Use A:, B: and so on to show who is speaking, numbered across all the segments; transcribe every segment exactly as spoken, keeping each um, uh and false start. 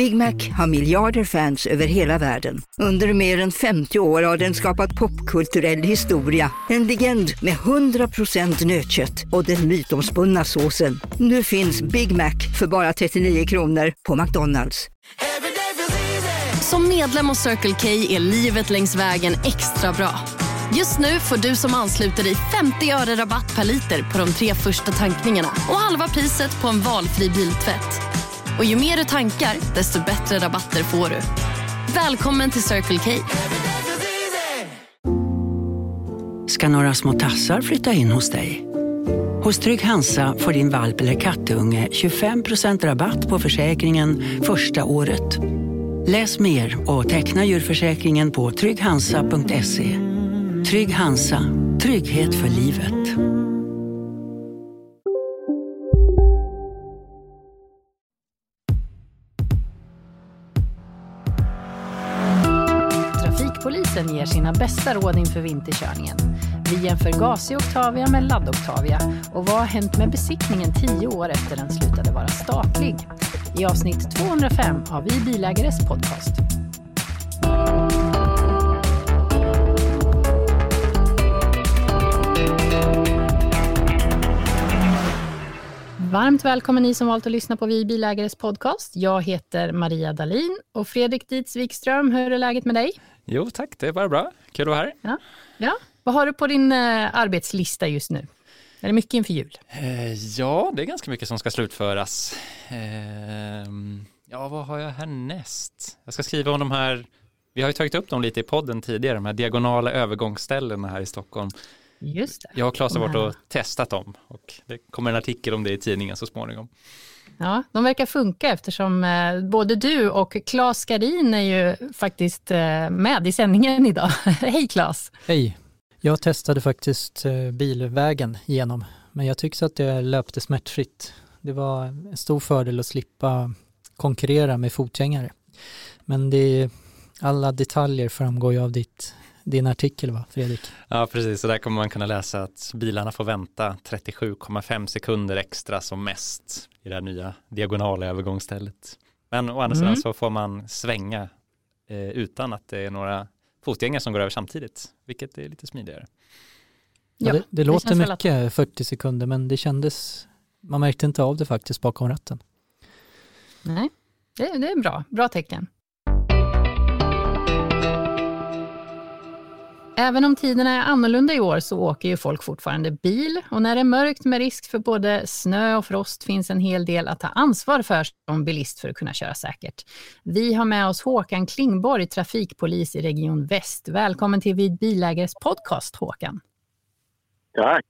A: Big Mac har miljarder fans över hela världen. Under mer än femtio år har den skapat popkulturell historia. En legend med hundra procent nötkött och den mytomspunna såsen. Nu finns Big Mac för bara trettionio kronor på McDonald's.
B: Som medlem hos Circle K är livet längs vägen extra bra. Just nu får du som ansluter dig femtio öre rabatt per liter på de tre första tankningarna och halva priset på en valfri biltvätt. Och ju mer du tankar, desto bättre rabatter får du. Välkommen till Circle K.
C: Ska några små tassar flytta in hos dig? Hos Trygg Hansa får din valp eller kattunge tjugofem procent rabatt på försäkringen första året. Läs mer och teckna djurförsäkringen på trygg hansa punkt se. Trygg Hansa. Trygghet för livet.
D: Trafikpolisen ger sina bästa råd inför vinterkörningen. Vi jämför gasig Octavia med ladd-Octavia. Och vad har hänt med besiktningen tio år efter den slutade vara statlig? I avsnitt tvåhundrafem har vi Bilägares podcast. Varmt välkommen ni som valt att lyssna på Vi Bilägares podcast. Jag heter Maria Dahlin och Fredrik Dietz Wikström, hur är läget med dig?
E: Jo tack, det är bara bra. Kul att vara här.
D: Ja. Ja. Vad har du på din eh, arbetslista just nu? Är det mycket inför jul?
E: Eh, ja, det är ganska mycket som ska slutföras. Eh, ja, vad har jag härnäst? Jag ska skriva om de här, vi har ju tagit upp dem lite i podden tidigare, de här diagonala övergångsställena här i Stockholm.
D: Just det.
E: Jag och Claes har varit och testat dem och det kommer en artikel om det i tidningen så småningom.
D: Ja, de verkar funka eftersom eh, både du och Claes Skarin är ju faktiskt eh, med i sändningen idag. Hej Claes!
F: Hej! Jag testade faktiskt eh, bilvägen igenom, men jag tycker att det löpte smärtfritt. Det var en stor fördel att slippa konkurrera med fotgängare. Men det, alla detaljer framgår ju av ditt din artikel, va, Fredrik?
E: Ja, precis. Så där kommer man kunna läsa att bilarna får vänta trettiosju komma fem sekunder extra som mest i det här nya diagonala övergångsstället. Men å andra
D: Mm.
E: sidan så får man svänga eh, utan att det är några fotgängare som går över samtidigt, vilket är lite smidigare.
F: Ja, det, det, det låter mycket,
D: att...
F: fyrtio sekunder, men det kändes, man märkte inte av det faktiskt bakom ratten.
D: Nej, det, det är bra. Bra tecken. Även om tiderna är annorlunda i år så åker ju folk fortfarande bil. Och när det är mörkt med risk för både snö och frost finns en hel del att ta ansvar för som bilist för att kunna köra säkert. Vi har med oss Håkan Klingborg, trafikpolis i Region Väst. Välkommen till Vid Bilägares podcast, Håkan.
G: Tack.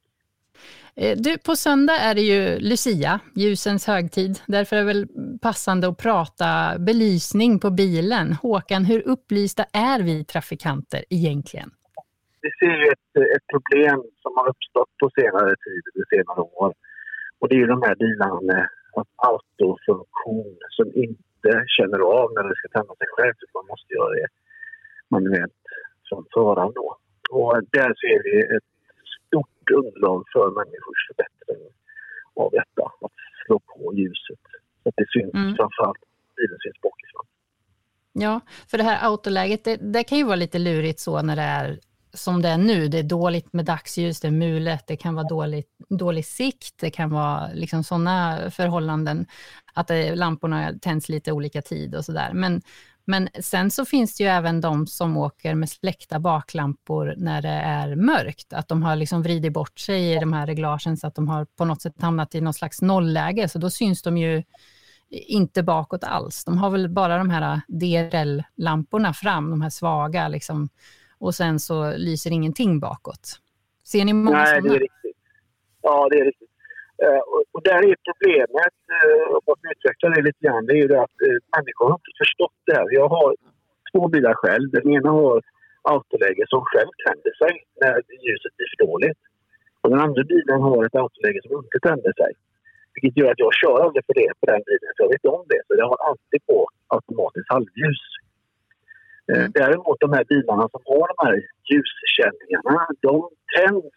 D: Du, på söndag är det ju Lucia, ljusens högtid. Därför är det väl passande att prata belysning på bilen. Håkan, hur upplysta är vi trafikanter egentligen?
G: Vi ser ju ett, ett problem som har uppstått på senare tid, på senare år. Och det är ju de här bilarna med autofunktion som inte känner av när det ska tända sig själv. Så man måste göra det manuellt från föraren då. Och där ser vi ett stort underlag för människors förbättring av detta. Att slå på ljuset. Så att det syns mm. framförallt bilen syns bakifrån.
D: Ja, för det här autoläget, det, det kan ju vara lite lurigt så när det är som det är nu. Det är dåligt med dagsljus, det är mulet, det kan vara dåligt, dålig sikt, det kan vara liksom sådana förhållanden att det, lamporna tänds lite olika tid och sådär. Men, men sen så finns det ju även de som åker med släckta baklampor när det är mörkt. Att de har liksom vridit bort sig i de här reglagen så att de har på något sätt hamnat i någon slags nollläge. Så då syns de ju inte bakåt alls. De har väl bara de här D R L-lamporna fram, de här svaga liksom. Och sen så lyser ingenting bakåt. Ser ni många
G: Nej,
D: sådana?
G: det är riktigt. Ja, det är riktigt. Uh, och, och där är problemet, uh, och att utveckla det lite grann, det är ju det att uh, människor har inte förstått det här. Jag har två bilar själv. Den ena har autoläge som själv tänder sig när ljuset blir för dåligt. Och den andra bilen har ett autoläge som inte tänder sig. Vilket gör att jag kör aldrig för det på den bilen, så jag vet om det. Så jag har alltid på automatiskt halvljus. Mm. Däremot de här bilarna som har de här ljuskänningarna, de tänds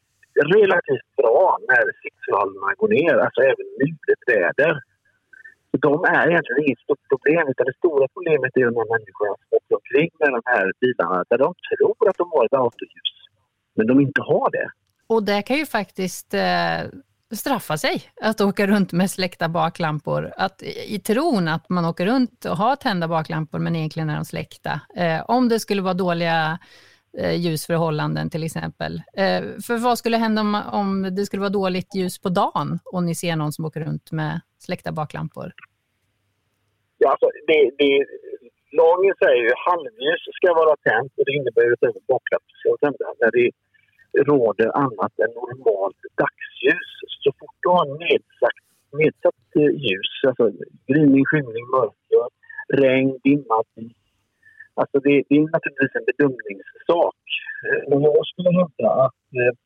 G: relativt bra när siktförhållandena går ner. Alltså även mulet väder De är egentligen inget stort problem, utan det stora problemet är de här människorna som åker omkring med de här bilarna där de tror att de har ett autoljus, men de inte har det.
D: Och det kan ju faktiskt eh, straffa sig att åka runt med släckta baklampor. Att, i tron att man åker runt och har tända baklampor men egentligen är de släckta. Eh, om det skulle vara dåliga eh, ljusförhållanden till exempel. Eh, för vad skulle hända om, om det skulle vara dåligt ljus på dagen och ni ser någon som åker runt med släckta baklampor?
G: Ja, alltså, det, det, lagen säger ju halvljus ska vara tänt, och det innebär ju att även baklampor ska vara tända när det råder annat än normalt dagsljus. Så fort du har nedsatt, nedsatt ljus, alltså gryning, skymning, mörker, regn, dimma, alltså det, det är naturligtvis en bedömningssak. Men jag skulle hävda att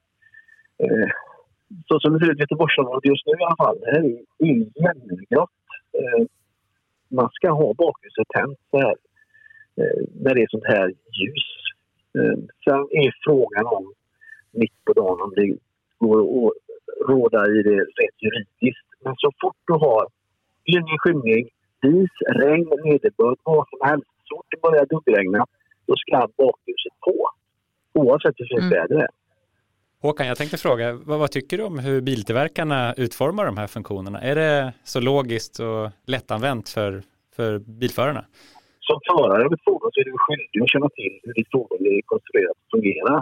G: eh, så som det ser ut i Göteborgsområdet just nu i alla fall, det är jämngrått. Eh, man ska ha bakljuset tänt så här, eh, när det är sånt här ljus. Eh, sen är frågan om mitt på dagen om det går att råda i det rätt juridiskt. Men så fort du har gryning, skymning, dis, regn, nederbörd, vad som helst, så fort det börjar dubbelregna, då ska bakljuset på. Oavsett hur fint väder det är.
E: Håkan, jag tänkte fråga, vad, vad tycker du om hur biltillverkarna utformar de här funktionerna? Är det så logiskt och lättanvänt för, för bilförarna?
G: Som förare av ett fordon så är du skyldig att känna till hur ditt fordon är konstruerat och fungerar.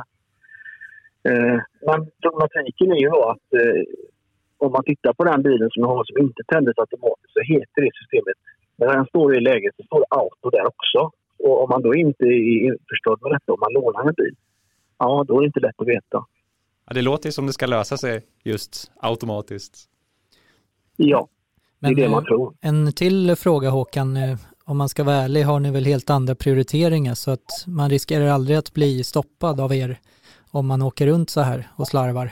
G: Eh, men problematiken är ju då att eh, om man tittar på den bilen som jag har som inte tändes automatiskt, så heter det systemet, när den står i läget så står det auto där också. Och om man då inte är införstådd med detta, om man lånar en bil, ja då är det inte lätt att veta.
E: Ja, det låter ju som det ska lösa sig just automatiskt.
G: Ja, det är
F: Men,
G: det man tror.
F: En till fråga, Håkan. Om man ska vara ärlig har ni väl helt andra prioriteringar, så att man riskerar aldrig att bli stoppad av er om man åker runt så här och slarvar?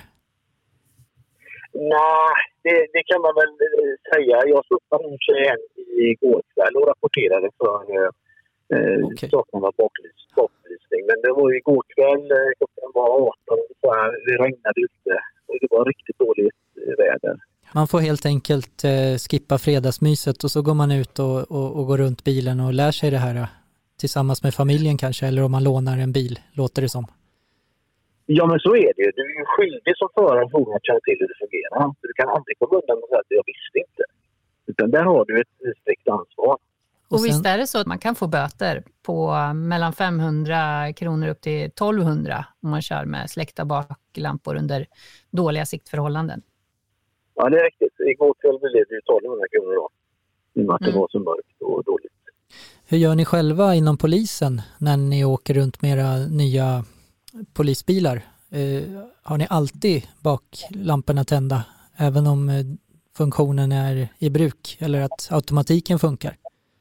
G: Nej, det, det kan man väl säga. Jag stoppade en tjej igår kväll och rapporterade för eh,
F: okay.
G: saknad av baklysning. Men det var igår kväll, klockan var arton, det regnade ute och det var riktigt dåligt väder.
F: Man får helt enkelt eh, skippa fredagsmyset och så går man ut och, och, och går runt bilen och lär sig det här eh, tillsammans med familjen kanske, eller om man lånar en bil, låter det som.
G: Ja, men så är det. Du är ju skyldig som förare för att känna till hur det fungerar. Du kan aldrig komma undan med att jag visste inte. Utan där har du ett strikt ansvar.
D: Och, och sen, visst är det så att man kan få böter på mellan femhundra kronor upp till tolvhundra om man kör med släckta baklampor under dåliga siktförhållanden?
G: Ja, det är riktigt. Igår kväll blev det ju tolvhundra kronor då. I och med att det mm. var så mörkt och dåligt.
F: Hur gör ni själva inom polisen när ni åker runt med era nya polisbilar? Eh, har ni alltid baklamporna tända även om eh, funktionen är i bruk eller att automatiken funkar?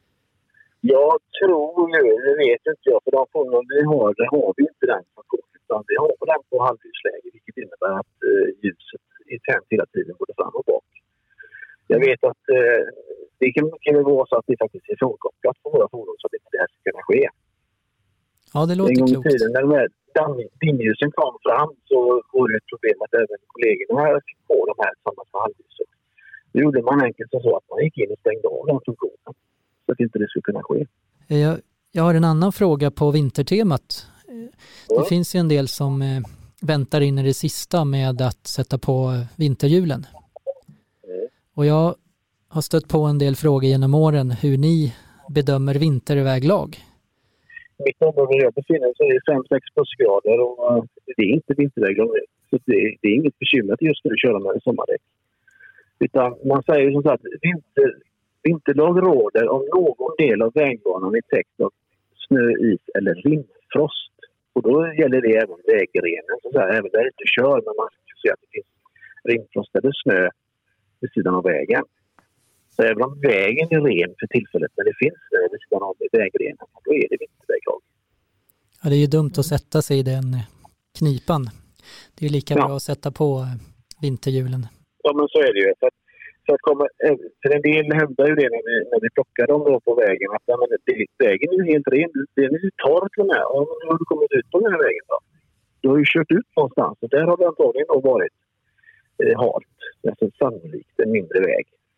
G: Jag tror ju, det vet inte jag, för de fordon vi har, det har vi inte den funktionen, utan vi har den på halvljusläge, vilket innebär att eh, ljuset är tänt hela tiden både fram och bak. Jag vet att eh, det kan mycket vara så att det faktiskt är frånkopplat på våra fordon så att det inte det ska kunna ske.
F: Ja, det låter klokt. En gång i tiden när de här dimljusen kom fram så var det ett problem att även kollegorna här fick på de här tillsammans med halvljuset. Då gjorde man enkelt så att man gick in och stängde av den funktionen så att inte det skulle kunna ske. Jag, jag har en annan fråga på vintertemat. Det ja. finns ju en del som eh, väntar in i det sista med att sätta på vinterhjulen. Mm. Och jag har stött på en del frågor genom åren hur ni bedömer vinterväglag.
G: Mitt område jag befinner sig är fem sex plusgrader och det är inte vinterväglag nu. Så det, det är inget bekymmer att just nu köra med sommardäck. Utan man säger som sagt vinter, vinterlag råder om någon del av vägbanan är täckt av snö, is eller rimfrost. Och då gäller det även vägrenen. Så där, även där det inte kör, men man ska se att det finns rimfrost eller snö vid sidan av vägen. Så även om vägen är ren för tillfället, men det finns snö vid sidan av vägrenen, då är det vinterväglag.
F: Ja, det är ju dumt att sätta sig i den knipan. Det är ju lika ja. bra att sätta på vinterhjulen.
G: Ja, men så är det ju. För att, för att komma, för en del hävdar ju det när vi, när vi plockar dem då på vägen. Att ja, men det, vägen är ju helt ren. Det är ju torrt den här. Och nu har du kommit ut på den här vägen då. Du har ju kört ut någonstans. Och där har det antagligen då varit eh, halt. Alltså sannolikt en mindre väg.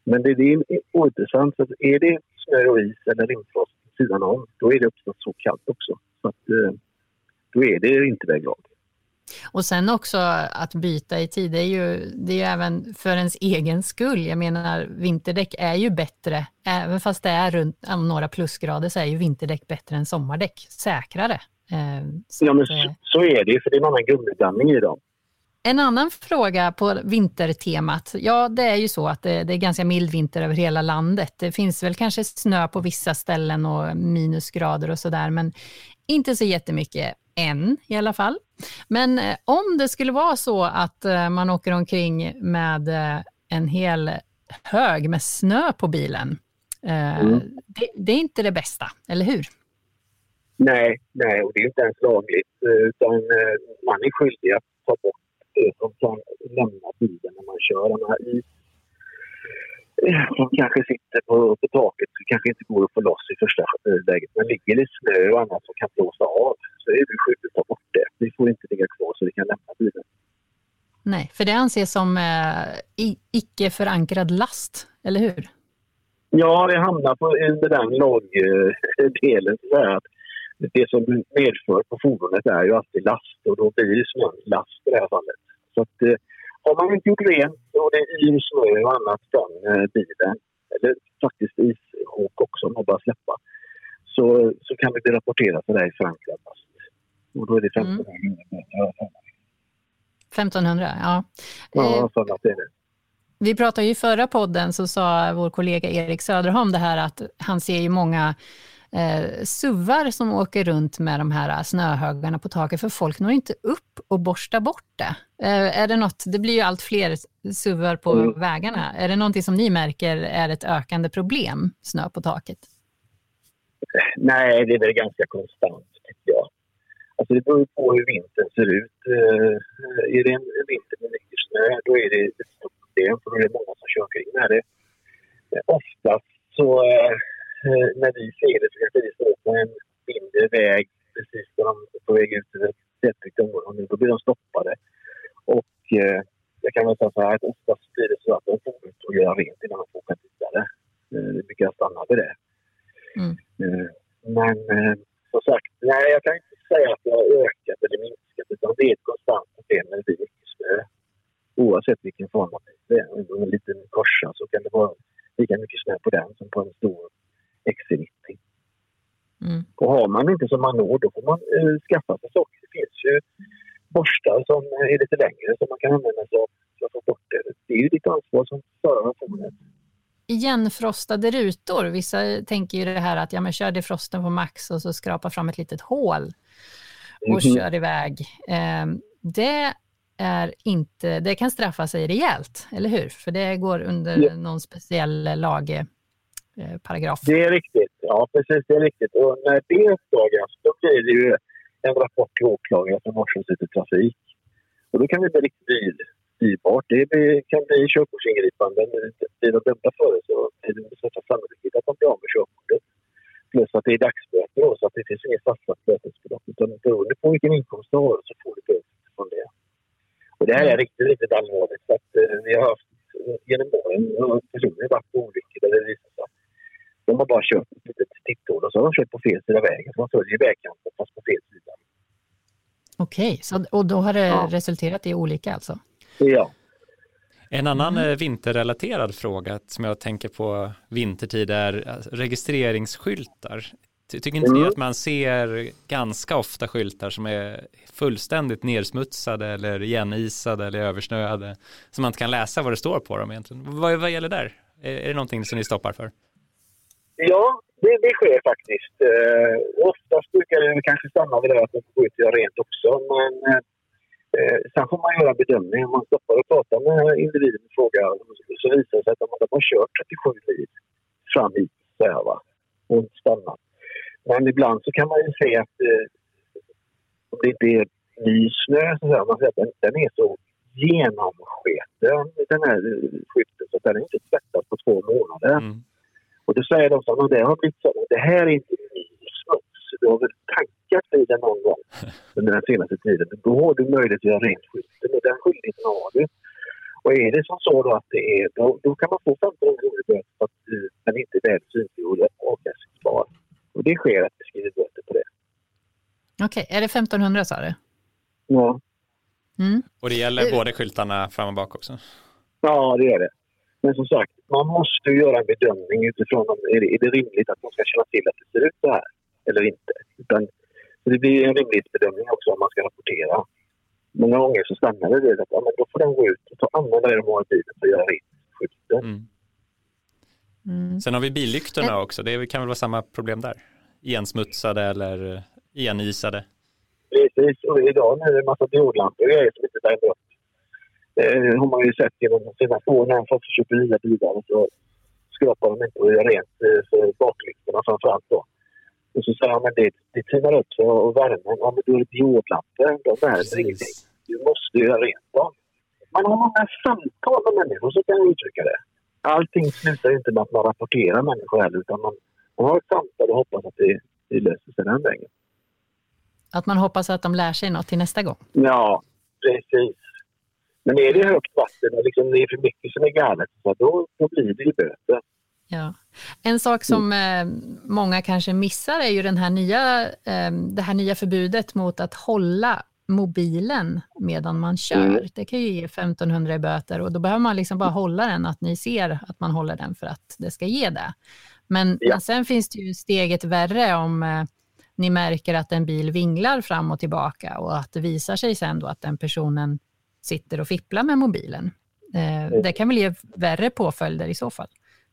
G: Men det, det är ointressant. Så är det snö och is eller rimfrost sidan om, då är det uppstått så kallt också. Så att, då är det inte väglag.
D: Och sen också att byta i tid, det är ju, det är ju även för ens egen skull. Jag menar, vinterdäck är ju bättre. Även fast det är runt några plusgrader så är ju vinterdäck bättre än sommardäck. Säkrare. Så
G: ja, men
D: att,
G: så, så är det, för det är en annan gummiblandning i dem.
D: En annan fråga på vintertemat. Ja, det är ju så att det, det är ganska mild vinter över hela landet. Det finns väl kanske snö på vissa ställen och minusgrader och sådär, men inte så jättemycket än i alla fall. Men eh, om det skulle vara så att eh, man åker omkring med eh, en hel hög med snö på bilen, eh, mm. det, det är inte det bästa, eller hur?
G: Nej, nej, och det är inte ens lagligt, utan eh, man är skyldig att ta bort det som kan lämna bilen när man kör. Den här is som kanske sitter på, på taket så kanske inte går att få loss i första läget. Men ligger det snö och annat som kan blåsa av så är det skyldigt att ta bort det. Vi får inte ligga kvar så vi kan lämna bilen.
D: Nej, för det anses som eh, icke förankrad last, eller hur?
G: Ja, det hamnar på den lagdelen så här att det som medför på fordonet är ju alltid last och då blir det snö last i det här fallet. Så att eh, har man inte gjort rent och det är i snö och annat från eh, bilen, eller faktiskt ishåk också om man bara släppa, så, så kan det bli rapporterat för det här förankrad last. Och då är det femtonhundra. Mm.
D: femtonhundra, ja.
G: Ja, så att det är det.
D: Vi pratade ju i förra podden så sa vår kollega Erik Söderholm det här att han ser ju många eh, suvar som åker runt med de här snöhögarna på taket för folk når inte upp och borstar bort det. Eh, är det något, det blir ju allt fler suvar på mm. vägarna. Är det någonting som ni märker är ett ökande problem, snö på taket?
G: Nej, det är väl ganska konstant tycker jag. Alltså det beror på hur vintern ser ut. Eh, är det en, en vinter med mycket snö, då är det ett stort problem för det är många som kör kring med det. Eh, oftast så eh, när vi ser det så kanske vi står på en mindre väg precis när de är på väg ut till ett tättbyggt område. Då blir de stoppade. Och eh, jag kan väl säga så här att oftast blir det så att de får ut och göra rent innan de får åka vidare. Eh, det brukar stanna vid det. Mm. Eh, men eh, som sagt, nej jag kan inte säga att det har ökat eller minskat utan det är ett konstant problem när det blir mycket snö. Oavsett vilken form av det är. Om en liten korsa så kan det vara lika mycket snö på den som på en stor X C nittio. Mm. Och har man inte som man når då får man uh, skaffa sig saker. Det finns ju borstar som är lite längre som man kan använda sig av för att få bort det. Det är ju ditt ansvar som förare får det.
D: Igenfrostade rutor. Vissa tänker ju det här att ja, men kör defrosten på max och så skrapar fram ett litet hål och mm-hmm. kör iväg. Eh, det är inte, det kan straffa sig rejält, eller hur? För det går under ja. någon speciell lagparagraf.
G: Det är riktigt, ja precis det är riktigt. Och när det uppdagas då blir det ju en rapport till åklagare som har trafik. Och då kan det bli riktigt dyrt. dyrbart. Det kan bli körkortsingripande. Blir de dömda för det så är det största sannolikhet att de blir av med körkortet. Plus att det är dagsböter då, så att det finns inget fastsatt bötesbelopp. Utan beroende på vilken inkomst du har så får du böter från det. Och det här är riktigt, riktigt allvarligt. Så att, eh, vi har haft eh, genom åren personer varit på olyckor där det visar sig. De har bara kört ett litet titthål och så har de kört på fel sida vägen. Så de följer vägkanten fast på fel sida.
D: Okej, så, och då har det ja. resulterat i olika alltså?
G: Ja.
E: En annan mm. vinterrelaterad fråga som jag tänker på vintertid är registreringsskyltar. Tycker inte mm. ni att man ser ganska ofta skyltar som är fullständigt nersmutsade eller igenisade eller översnöade så man inte kan läsa vad det står på dem egentligen? Vad, vad gäller där? Är, är det någonting som ni stoppar för?
G: Ja, det, det sker faktiskt. Eh, oftast brukar det kanske stanna vid det att man får gå ut och göra rent också, men Eh, sen får man göra en bedömning. Om man stoppar och pratar med individen och frågar så visar det sig att de, de har kört trettiosju mil fram hit så här, va? Och inte stannat. Men ibland så kan man ju se att eh, om det inte är ny snö så här, man säger att den, den är så genomsketen den här skylten så att den är inte tvättat på två månader. Mm. Och då säger de så att det har blivit så det här är inte ny smuts. Du har väl tankat vid den någon gång under den senaste tiden. Då har du möjlighet att göra rent skylten och den skyldigheten har du. Och är det som så då att det är, då, då kan man få femtonhundra kronor böter för att den inte är väl synlig och avläsningsbar. Och det sker att det skriver böter på det.
D: Okej, okay. Är det femtonhundra sa du?
G: Ja.
D: Mm.
E: Och det gäller både skyltarna fram och bak också?
G: Ja, det är det. Men som sagt, man måste göra en bedömning utifrån om är det, är det rimligt att man ska känna till att det ser ut så här eller inte. Utan, så det blir en rimlighetsbedömning också om man ska rapportera. Många gånger så stannar det det att ja, men då får de gå ut och ta använda det de har i bilen för att göra rent skylten.
E: Mm.
D: Mm.
E: Sen har vi billyktorna också. Det kan väl vara samma problem där? Igensmutsade eller igenisade?
G: Precis, och idag nu är det en massa diodlampor och grejer som inte bär upp. Det har man ju sett genom de senaste åren när folk köper nya bilar och så skrapar de inte och gör rent för baklyktorna framförallt då. Och så säger man att det, det tinar upp sig och värmen. Ja, men då är det diodlampor. De värmer ingenting. Du måste göra rent dem. Man har många samtal med människor, så kan jag uttrycka det. Allting slutar inte med att man rapporterar människor heller, utan man, man har ett samtal och hoppas att det, det löser sig den vägen.
D: Att man hoppas att de lär sig något till nästa gång.
G: Ja, precis. Men är det högt vatten och liksom det är för mycket som är galet, så då, då blir det ju böter.
D: Ja. En sak som eh, många kanske missar är ju den här nya, eh, det här nya förbudet mot att hålla mobilen medan man kör. Mm. Det kan ju ge femtonhundra i böter och då behöver man liksom bara hålla den, att ni ser att man håller den för att det ska ge det. Men, ja. men sen finns det ju steget värre om eh, ni märker att en bil vinglar fram och tillbaka och att det visar sig sen då att den personen sitter och fipplar med mobilen. Eh, mm. Det kan väl ge värre påföljder i så fall.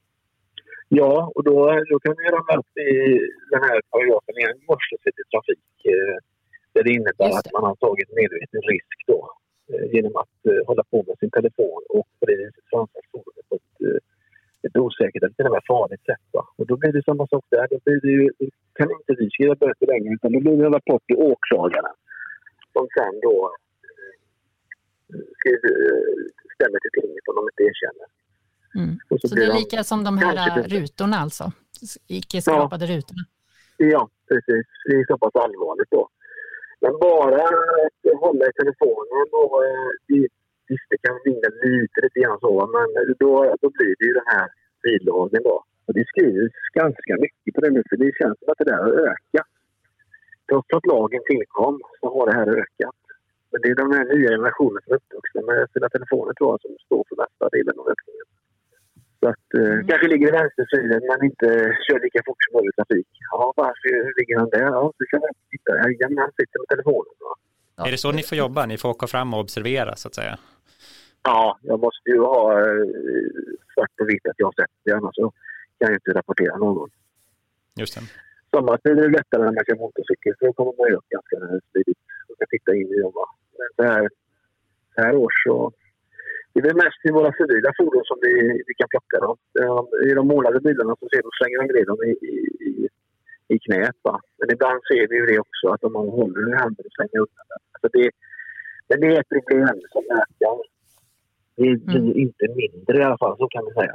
G: Ja, och då, då kan vi göra med i den här paragrafen igen, vårdslöshet i trafik. Eh, där det innebär det. Att man har tagit medveten risk då. Eh, genom att eh, hålla på med sin telefon och på det viset framför fordonet på ett, eh, ett osäkert eller till och med farligt sätt. Va? Och då blir det samma sak där. Då blir det ju, kan inte vi skriva böter längre, utan då blir det en rapport till åklagarna. Som sen då eh, skriver, stämmer till tinget om de inte erkänner.
D: Mm. Så, så det är lika som de här rutorna alltså? Icke skapade ja. rutorna?
G: Ja, precis. Det är så pass allvarligt då. Men bara att hålla i telefonen och visst, det kan vinna lite, lite grann så, men då, då blir det ju den här billagen då. Och det skrivs ganska mycket på det nu, för det känns som att det där har ökat. Trots att lagen tillkom så har det här ökat. Men det är de här nya generationerna som är uppvuxna med sina telefoner tror jag som står för mesta delen av ökningen. Så att eh, mm. kanske ligger i vänstersidan men inte kör lika fort som i trafik. Ja, varför ligger han där? Ja, så kan man titta. Ja, men han sitter med telefonen. Va?
E: Ja. Är det så ni får jobba? Ni får åka fram och observera så att säga?
G: Ja, jag måste ju ha eh, svart på vitt att jag har sett det. Annars så kan jag inte rapportera någon.
E: Just det.
G: Sommartid är det lättare när man kör motorcykel. Så då kommer man ju upp ganska smidigt och kan titta in i dem. Va? Men så här, så här års så... Det är mest i våra civila fordon som vi, vi kan plocka dem. I de målade bilarna så ser de slänger de ner dem i, i, i knät. Va? Men ibland ser vi ju det också att om man håller den i handen och slänger undan den. Alltså det, men det är ett problem som ökar. Det blir mm. inte mindre i alla fall, så kan vi säga.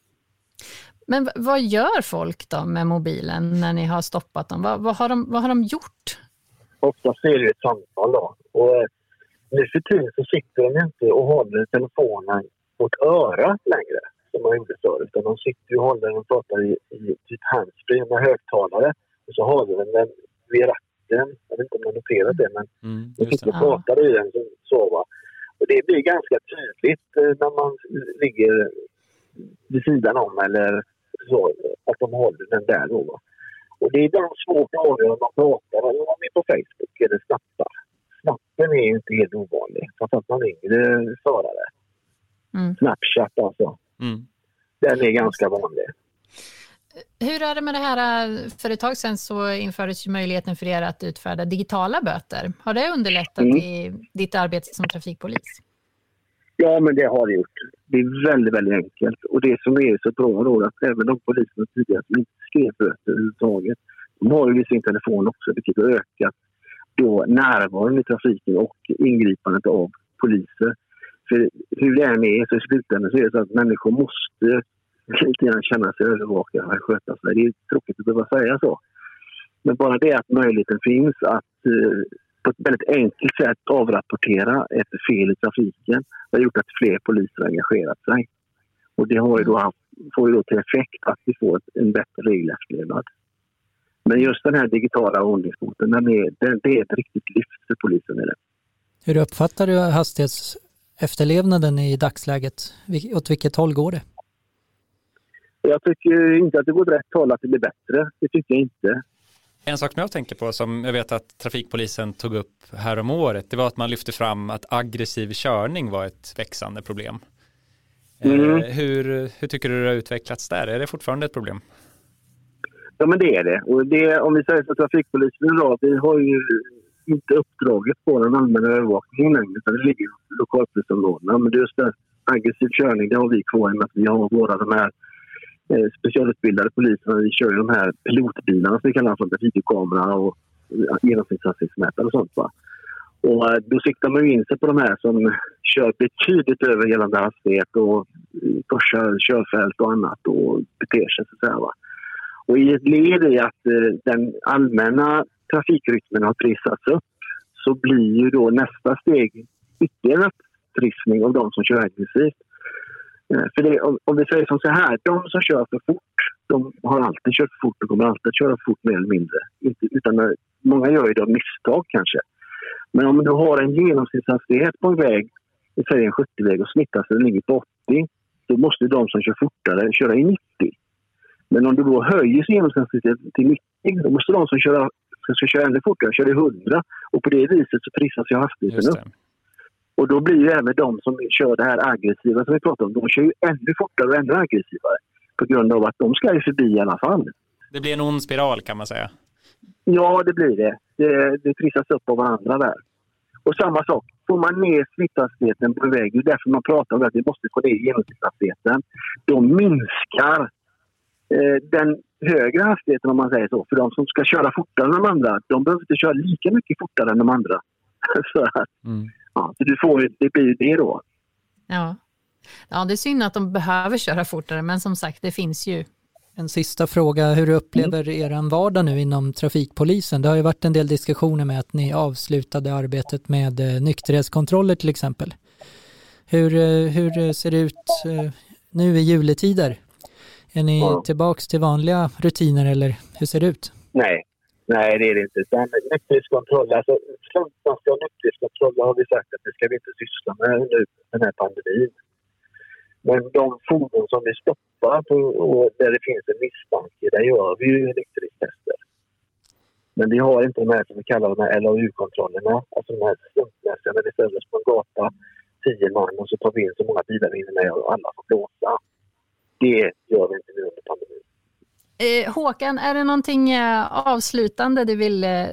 D: Men vad gör folk då med mobilen när ni har stoppat dem? Vad, vad, har, de, vad har de gjort?
G: Ofta ser det ett samtal då. Och nu för tiden så sitter de inte och håller telefonen mot örat längre som man gjorde förr. Utan de sitter och håller den och pratar i, i typ handsfree med högtalare. Och så håller de den vid ratten. Jag vet inte om man noterat det, men mm, de sitter och pratar i den som sova. Och det blir ganska tydligt när man ligger vid sidan om eller så, att de håller den där då. Och det är ibland svårt att avgöra om man pratar eller om man är på Facebook eller snappar. Snappen är ju inte helt ovanlig. Framför man yngre förare. Mm. Snapchat alltså. Mm. Den är ganska vanlig.
D: Hur är det med det här? För ett tag sedan så infördes ju möjligheten för er att utfärda digitala böter. Har det underlättat mm. i ditt arbete som trafikpolis?
G: Ja, men det har det gjort. Det är väldigt, väldigt enkelt. Och det som är så bra då är att även de poliserna tidigare som inte skrev böter överhuvudtaget, de har ju sin telefon också, vilket har ökat då närvaron i trafiken och ingripandet av poliser. För hur det än är så i slutändan så är det så att människor måste lite grann känna sig övervakade och sköta sig. Det är tråkigt att behöva säga så. Men bara det att möjligheten finns att uh, på ett väldigt enkelt sätt avrapportera ett fel i trafiken. Det har gjort att fler poliser har engagerat sig. Och det har ju då haft, får ju då till effekt att vi får ett, en bättre regelefterlevnad. Men just den här digitala ordningsboten, den är, den, det är ett riktigt lyft för polisen. Är det.
F: Hur uppfattar du hastighetsefterlevnaden i dagsläget? Åt vilket håll går det?
G: Jag tycker inte att det går åt rätt håll, att det blir bättre. Det tycker jag inte.
E: En sak som jag tänker på, som jag vet att trafikpolisen tog upp här om året, det var att man lyfte fram att aggressiv körning var ett växande problem. Mm. Eh, hur, hur tycker du det har utvecklats där? Är det fortfarande ett problem?
G: Ja, men det är det. Och det, om vi säger så trafikpolisen idag, vi har ju inte uppdraget på den allmänna övervakningen längre, utan det ligger i lokalpolisområdena. Men just det, aggressiv körning, det har vi kvar med att vi har våra de här eh, specialutbildade poliserna. Vi kör ju de här pilotbilarna som vi kallar för trafikkamera och genomsnittshastighetsmätare och sånt, va. Och eh, då siktar man ju in sig på de här som kör betydligt över gällande hastighet och korsar körfält och annat och beter sig så här, va. Och i ett led i att eh, den allmänna trafikrytmen har trissats upp, så blir ju då nästa steg ytterligare trissning av de som kör aggressivt. Eh, för det, om, om vi säger som så här, de som kör för fort, de har alltid kört för fort och kommer alltid att köra för fort mer eller mindre. Inte, utan, många gör ju då misstag kanske. Men om du har en genomsnittshastighet på en väg, säg en sjuttio-väg och snitthastigheten ligger på åttio, då måste de som kör fortare köra i nittio. Men om du då höjer genomsnittshastigheten till nittio, då måste de som kör, ska köra ännu fortare köra i hundra. Och på det viset så trissas ju hastigheten upp. Och då blir ju även de som kör det här aggressiva som vi pratar om, de kör ju ännu fortare och ännu aggressivare. På grund av att de ska ju förbi i alla fall. Det
E: blir en ond spiral, kan man säga.
G: Ja, det blir det. Det, det trissas upp av varandra där. Och samma sak, får man ner snitthastigheten på en väg, det är därför man pratar om att vi måste få ner genomsnittshastigheten. Då minskar den högre hastigheten, om man säger så. För de som ska köra fortare än de andra, de behöver inte köra lika mycket fortare än de andra. så att, mm. ja, så du får, det blir ju det då.
D: Ja. ja, det är synd att de behöver köra fortare, men som sagt, det finns ju.
F: En sista fråga, hur upplever mm. er vardag nu inom trafikpolisen? Det har ju varit en del diskussioner med att ni avslutade arbetet med nykterhetskontroller till exempel. Hur, hur ser det ut nu i juletider? Är ni ja. tillbaks till vanliga rutiner eller hur ser det ut?
G: Nej, nej det är det inte. Utan nykterhetskontroll, alltså slumpmässiga nykterhetskontroller har vi sagt att det ska vi inte syssla med nu den här pandemin. Men de fordon som vi stoppar på, och där det finns en misstanke, där gör vi ju nykterhetstester. Men vi har inte de här som vi kallar de här L A U-kontrollerna, alltså de här slumpmässiga när vi ställer oss på en gata, tio man och så tar vi in så många bilar vi hinner med och alla får blåsa. Det gör vi inte nu under pandemin.
D: Eh, Håkan, är det någonting eh, avslutande du vill eh,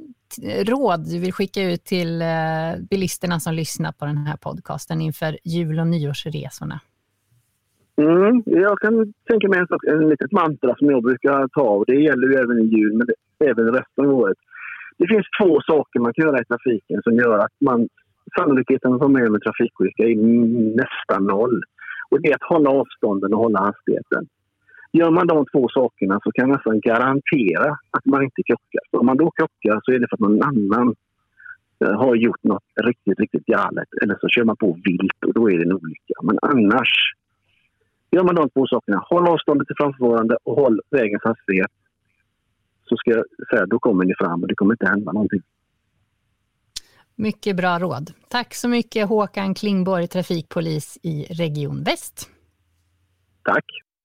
D: råd du vill skicka ut till eh, bilisterna som lyssnar på den här podcasten inför jul- och nyårsresorna?
G: Mm, jag kan tänka mig en, sak, en litet mantra som jag brukar ta, och det gäller ju även i jul men det, även resten av året. Det finns två saker man kan göra i trafiken som gör att man sannolikheten att vara med med trafikolycka är nästan noll. Och det är att hålla avstånden och hålla hastigheten. Gör man de två sakerna så kan man nästan garantera att man inte krockar. Så om man då krockar så är det för att någon annan uh, har gjort något riktigt, riktigt galet. Eller så kör man på vilt och då är det en olycka. Men annars, gör man de två sakerna, håll avståndet till framförvarande och håll vägens hastighet. Så ska jag säga, då kommer ni fram och det kommer inte hända någonting.
D: Mycket bra råd. Tack så mycket Håkan Klingborg, trafikpolis i Region Väst.
G: Tack.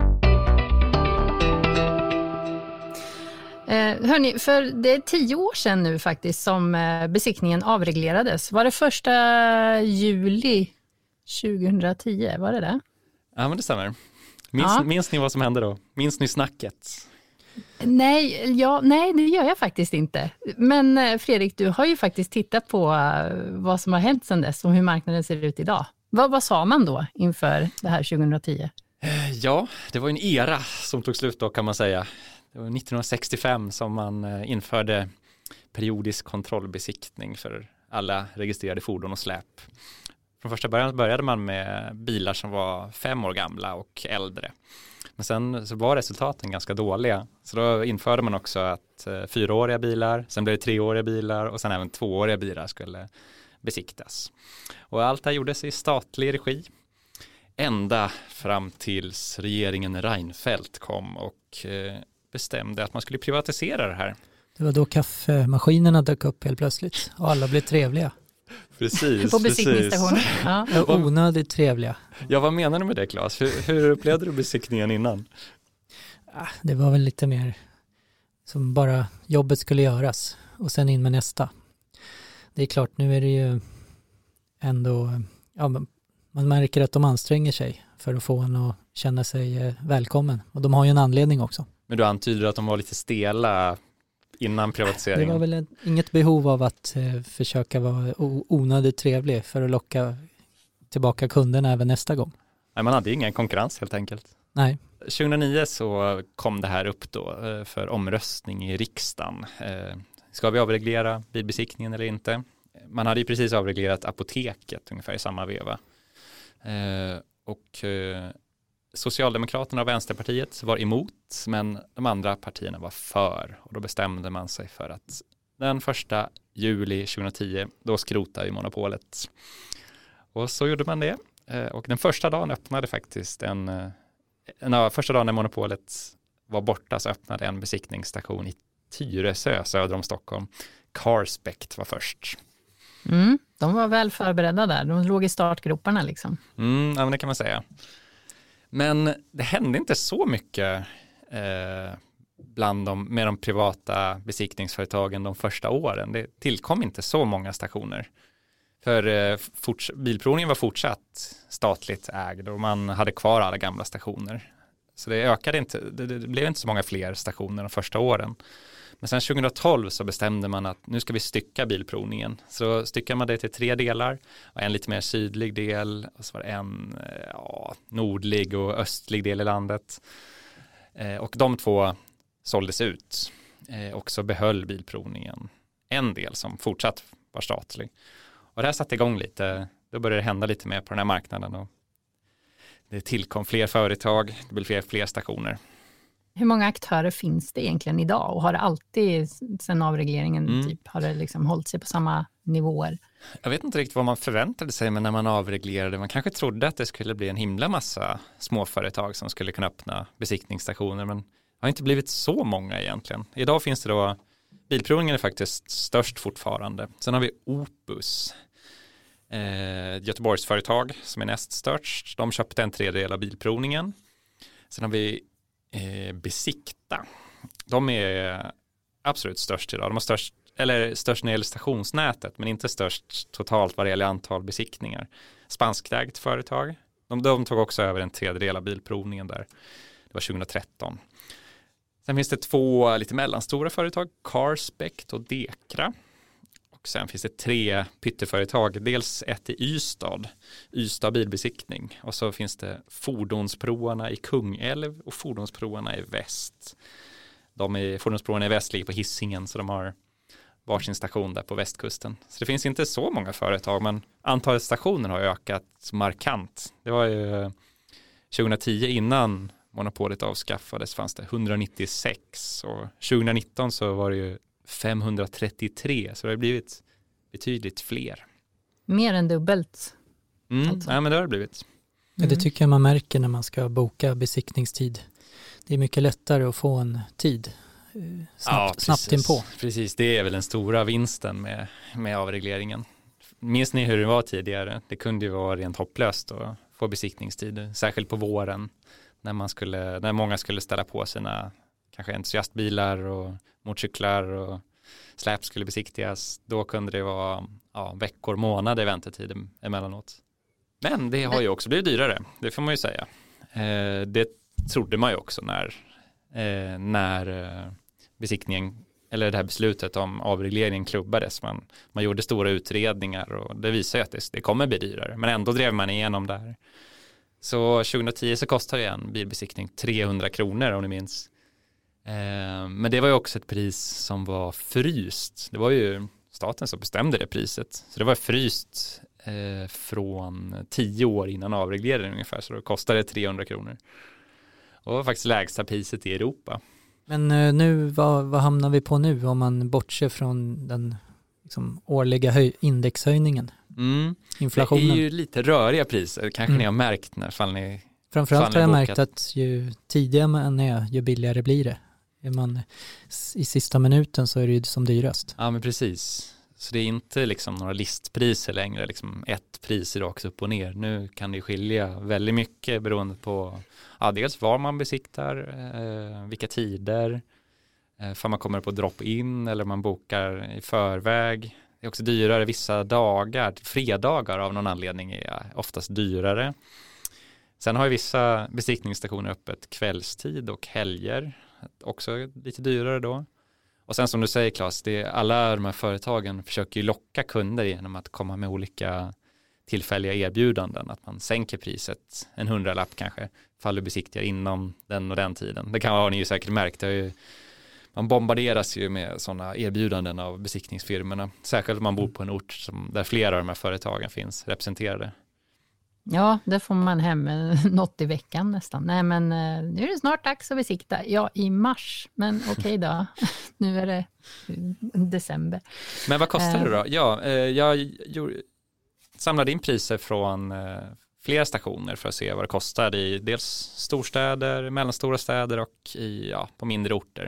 D: Eh, hörni, för det är tio år sedan nu faktiskt som eh, besiktningen avreglerades. Var det första juli tjugohundratio? Var det det?
E: Ja, men det stämmer. Minns, ja. minns ni vad som hände då? Minns ni snacket?
D: Nej, ja, nej, det gör jag faktiskt inte. Men Fredrik, du har ju faktiskt tittat på vad som har hänt sedan dess och hur marknaden ser ut idag. Vad, vad sa man då inför det här tjugohundratio?
E: Ja, det var en era som tog slut då, kan man säga. Det var nittonhundrasextiofem som man införde periodisk kontrollbesiktning för alla registrerade fordon och släp. Från första början började man med bilar som var fem år gamla och äldre. Men sen så var resultaten ganska dåliga. Så då införde man också att eh, fyraåriga bilar, sen blev det treåriga bilar och sen även tvååriga bilar skulle besiktas. Och allt det här gjordes i statlig regi. Ända fram tills regeringen Reinfeldt kom och eh, bestämde att man skulle privatisera det här.
F: Det var då kaffemaskinerna dök upp helt plötsligt och alla blev trevliga.
E: Precis,
D: på besiktningsstationen. Ja.
F: Ja, onödigt trevliga.
E: Ja, vad menar du med det, Claes? Hur, hur upplevde du besiktningen innan?
F: Det var väl lite mer som bara jobbet skulle göras och sen in med nästa. Det är klart, nu är det ju ändå, ja, man märker att de anstränger sig för att få en att känna sig välkommen. Och de har ju en anledning också.
E: Men du antyder att de var lite stela innan privatiseringen?
F: Det var väl en, inget behov av att eh, försöka vara onödigt trevlig för att locka tillbaka kunderna även nästa gång.
E: Nej, man hade ingen konkurrens helt enkelt.
F: Nej.
E: tjugohundranio så kom det här upp då för omröstning i riksdagen. Ska vi avreglera bilbesiktningen eller inte? Man hade ju precis avreglerat apoteket ungefär i samma veva. Och Socialdemokraterna och Vänsterpartiet var emot, men de andra partierna var för. Och då bestämde man sig för att den första juli tjugohundratio, då skrotar vi monopolet. Och så gjorde man det. Och den första dagen öppnade faktiskt en, en första dagen när monopolet var borta så öppnade en besiktningsstation i Tyresö söder om Stockholm. Carspect var först.
D: Mm, de var väl förberedda där. De låg i startgroparna liksom.
E: Mm, ja, men det kan man säga. Men det hände inte så mycket eh, bland de, med de privata besiktningsföretagen de första åren. Det tillkom inte så många stationer. För eh, forts- bilprovningen var fortsatt statligt ägd och man hade kvar alla gamla stationer. Så det ökade inte, det, det blev inte så många fler stationer de första åren. Men sen tjugohundratolv så bestämde man att nu ska vi stycka bilprovningen. Så styckade man det till tre delar. Och en lite mer sydlig del och så var det en ja, nordlig och östlig del i landet. Eh, och de två såldes ut. Eh, och så behöll bilprovningen en del som fortsatt var statlig. Och det här satte igång lite. Då började det hända lite mer på den här marknaden. Och det tillkom fler företag. Det blev fler, fler stationer.
D: Hur många aktörer finns det egentligen idag? Och har det alltid sedan avregleringen mm. typ, har det liksom hållit sig på samma nivåer?
E: Jag vet inte riktigt vad man förväntade sig, men när man avreglerade, man kanske trodde att det skulle bli en himla massa småföretag som skulle kunna öppna besiktningsstationer, men det har inte blivit så många egentligen. Idag finns det då, bilprovningen är faktiskt störst fortfarande. Sen har vi Opus, eh, Göteborgsföretag som är näst störst. De köpte en tredjedel av bilprovningen. Sen har vi Eh, Besikta. De är absolut störst idag. De har störst, eller störst när det gäller stationsnätet, men inte störst totalt vad det gäller antal besiktningar. Spanskägt företag. De, de tog också över en tredjedel av bilprovningen där. Det var tjugohundratretton. Sen finns det två lite mellanstora företag, Carspect och Dekra. Och sen finns det tre pytteföretag, dels ett i Ystad, Ystad bilbesiktning. Och så finns det Fordonsproarna i Kungälv och Fordonsproarna i Väst. De är, Fordonsproarna i Väst ligger på Hisingen, så de har varsin station där på västkusten. Så det finns inte så många företag, men antalet stationer har ökat markant. Det var ju tjugohundratio innan monopolet avskaffades fanns det etthundranittiosex och tjugohundranitton så var det ju femhundratrettiotre, så det har blivit betydligt fler.
D: Mer än dubbelt.
E: Mm,
D: alltså.
E: Ja, men det har det blivit.
F: Ja, det tycker jag man märker när man ska boka besiktningstid. Det är mycket lättare att få en tid snabbt,
E: ja,
F: snabbt inpå.
E: Precis, det är väl den stora vinsten med, med avregleringen. Minns ni hur det var tidigare? Det kunde ju vara rent hopplöst att få besiktningstid, särskilt på våren när, man skulle, när många skulle ställa på sina kanske entusiastbilar och motorcyklar och släp skulle besiktigas. Då kunde det vara ja, veckor, månader väntetid emellanåt. Men det har ju också blivit dyrare, det får man ju säga. Eh, det trodde man ju också när, eh, när eh, besiktningen, eller det här beslutet om avregleringen klubbades. Man, man gjorde stora utredningar och det visar ju att det, det kommer bli dyrare. Men ändå drev man igenom det här. Så tjugohundratio så kostar ju en bilbesiktning trehundra kronor om ni minns. Eh, men det var ju också ett pris som var fryst. Det var ju staten som bestämde det priset. Så det var fryst från tio år innan avregleringen ungefär, så då kostade det trehundra kronor. Och faktiskt lägsta priset i Europa.
F: Men nu, vad, vad hamnar vi på nu om man bortser från den liksom, årliga höj- indexhöjningen?
E: Mm.
F: Inflationen.
E: Det är ju lite röriga priser, kanske mm. ni har märkt när fall ni
F: Framförallt
E: fall ni
F: har jag
E: bokat.
F: märkt att ju tidigare man är, ju billigare blir det. Är man i sista minuten så är det ju som dyrast.
E: Ja, men precis. Så det är inte liksom några listpriser längre, liksom ett pris rakt upp och ner. Nu kan det skilja väldigt mycket beroende på ja, dels var man besiktar, eh, vilka tider, eh, för man kommer på drop-in eller man bokar i förväg. Det är också dyrare vissa dagar, fredagar av någon anledning är oftast dyrare. Sen har ju vissa besiktningsstationer öppet kvällstid och helger, också lite dyrare då. Och sen som du säger Claes, det är alla de här företagen försöker ju locka kunder genom att komma med olika tillfälliga erbjudanden. Att man sänker priset en hundralapp kanske, fall du besiktigar inom den och den tiden. Det kan ha ni ju säkert märkt. Det är ju, man bombarderas ju med sådana erbjudanden av besiktningsfirmorna. Särskilt om man bor på en ort som, där flera av de här företagen finns representerade.
D: Ja, där får man hem något i veckan nästan. Nej, men nu är det snart dags att besikta. Ja, i mars. Men okej okay då. Nu är det december.
E: Men vad kostar det då? Ja, jag gjorde, samlade in priser från flera stationer för att se vad det kostar i dels storstäder, mellanstora städer och i, ja, på mindre orter.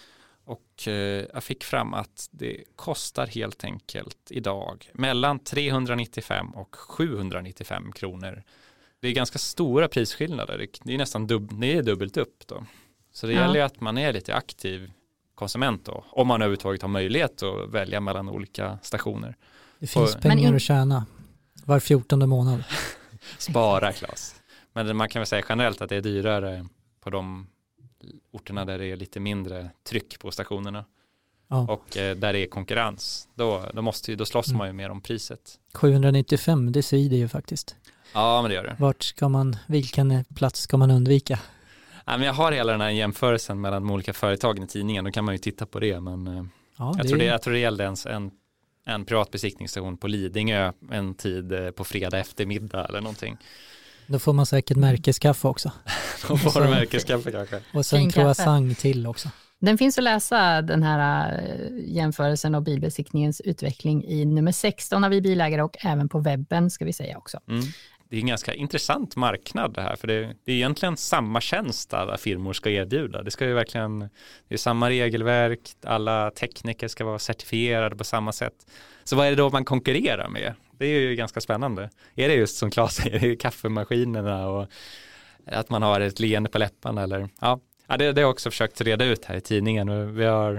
E: Och eh, jag fick fram att det kostar helt enkelt idag mellan trehundranittiofem och sjuhundranittiofem kronor. Det är ganska stora prisskillnader. Det är nästan dub- det är dubbelt upp då. Så det ja. gäller att man är lite aktiv konsument då. Om man överhuvudtaget har möjlighet att välja mellan olika stationer.
F: Det finns
E: och,
F: pengar in- att tjäna var fjortonde månad.
E: Spara, Claes. Men man kan väl säga generellt att det är dyrare på de orterna där det är lite mindre tryck på stationerna ja. och eh, där det är konkurrens då, då, måste ju, då slåss mm. man ju mer om priset.
F: sjuhundranittiofem, det säger det ju faktiskt.
E: Ja, men det gör det.
F: Vart ska man, vilken plats ska man undvika?
E: Ja, men jag har hela den här jämförelsen mellan de olika företagen i tidningen, då kan man ju titta på det, men eh,
F: ja,
E: jag,
F: det
E: tror det,
F: är...
E: jag tror det gällde ens en, en privat besiktningsstation på Lidingö en tid eh, på fredag eftermiddag eller någonting.
F: Då får man säkert märkeskaffe också.
E: Då får du märkeskaffe kanske.
F: Och sen croissant till också.
D: Den finns att läsa, den här jämförelsen av bilbesiktningens utveckling i nummer sexton av Vi bilägare och även på webben ska vi säga också.
E: Mm. Det är en ganska intressant marknad det här, för det, det är egentligen samma tjänst alla firmor ska erbjuda. Det ska ju verkligen, det är samma regelverk, alla tekniker ska vara certifierade på samma sätt. Så vad är det då man konkurrerar med? Det är ju ganska spännande. Är det just som Claes säger, det är kaffemaskinerna och att man har ett leende på läpparna eller ja, ja det, det har jag också försökt reda ut här i tidningen. Vi har...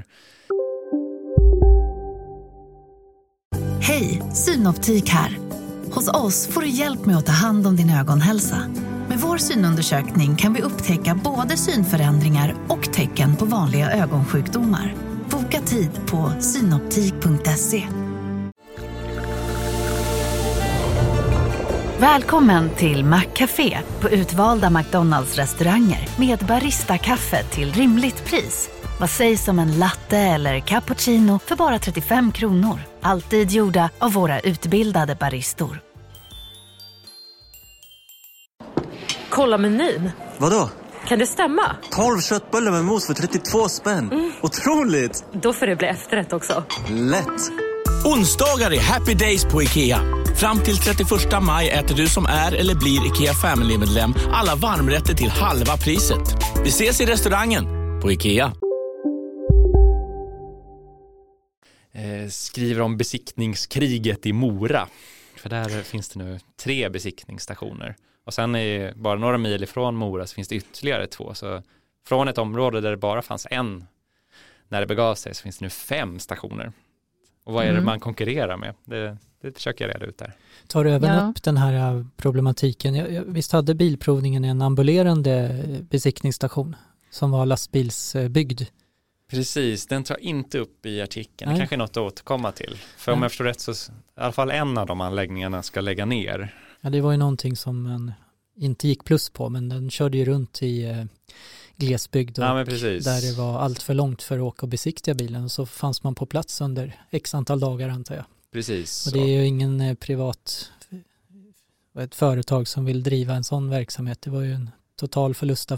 H: Hej, Synoptik här. Hos oss får du hjälp med att ta hand om din ögonhälsa. Med vår synundersökning kan vi upptäcka både synförändringar och tecken på vanliga ögonsjukdomar. Boka tid på synoptik punkt se. Välkommen till Maccafé på utvalda McDonalds-restauranger med Barista-kaffe till rimligt pris. Vad sägs om en latte eller cappuccino för bara trettiofem kronor? Alltid gjorda av våra utbildade baristor.
I: Kolla menyn.
J: Vadå?
I: Kan det stämma?
J: tolv köttbullar med mos för trettiotvå spänn. Mm. Otroligt!
I: Då får det bli efterrätt också.
J: Lätt!
K: Onsdagar är happy days på IKEA. Fram till trettioförsta maj äter du som är eller blir IKEA Family-medlem alla varmrätter till halva priset. Vi ses i restaurangen på IKEA.
E: Eh, skriver om besiktningskriget i Mora. För där finns det nu tre besiktningsstationer. Och sen är bara några mil ifrån Mora så finns det ytterligare två. Så från ett område där det bara fanns en när det begav sig så finns det nu fem stationer. Och vad är det mm. man konkurrerar med? Det, det försöker jag reda ut där.
F: Tar du även
D: ja.
F: upp den här problematiken? Jag, jag, visst hade Bilprovningen en ambulerande besiktningsstation som var lastbilsbyggd?
E: Precis, den tar inte upp i artikeln.
F: Nej.
E: Det kanske är något att återkomma till. För
F: ja.
E: om jag förstår rätt så i alla fall en av de anläggningarna ska lägga ner.
F: Ja, det var ju någonting som man inte gick plus på, men den körde ju runt i eh, glesbygd och
E: ja, men precis.
F: där det var allt för långt för att åka och besiktiga bilen, och så fanns man på plats under x antal dagar antar jag.
E: Precis.
F: Och det är ju ingen eh, privat ett företag som vill driva en sån verksamhet. Det var ju en total förlustaffär.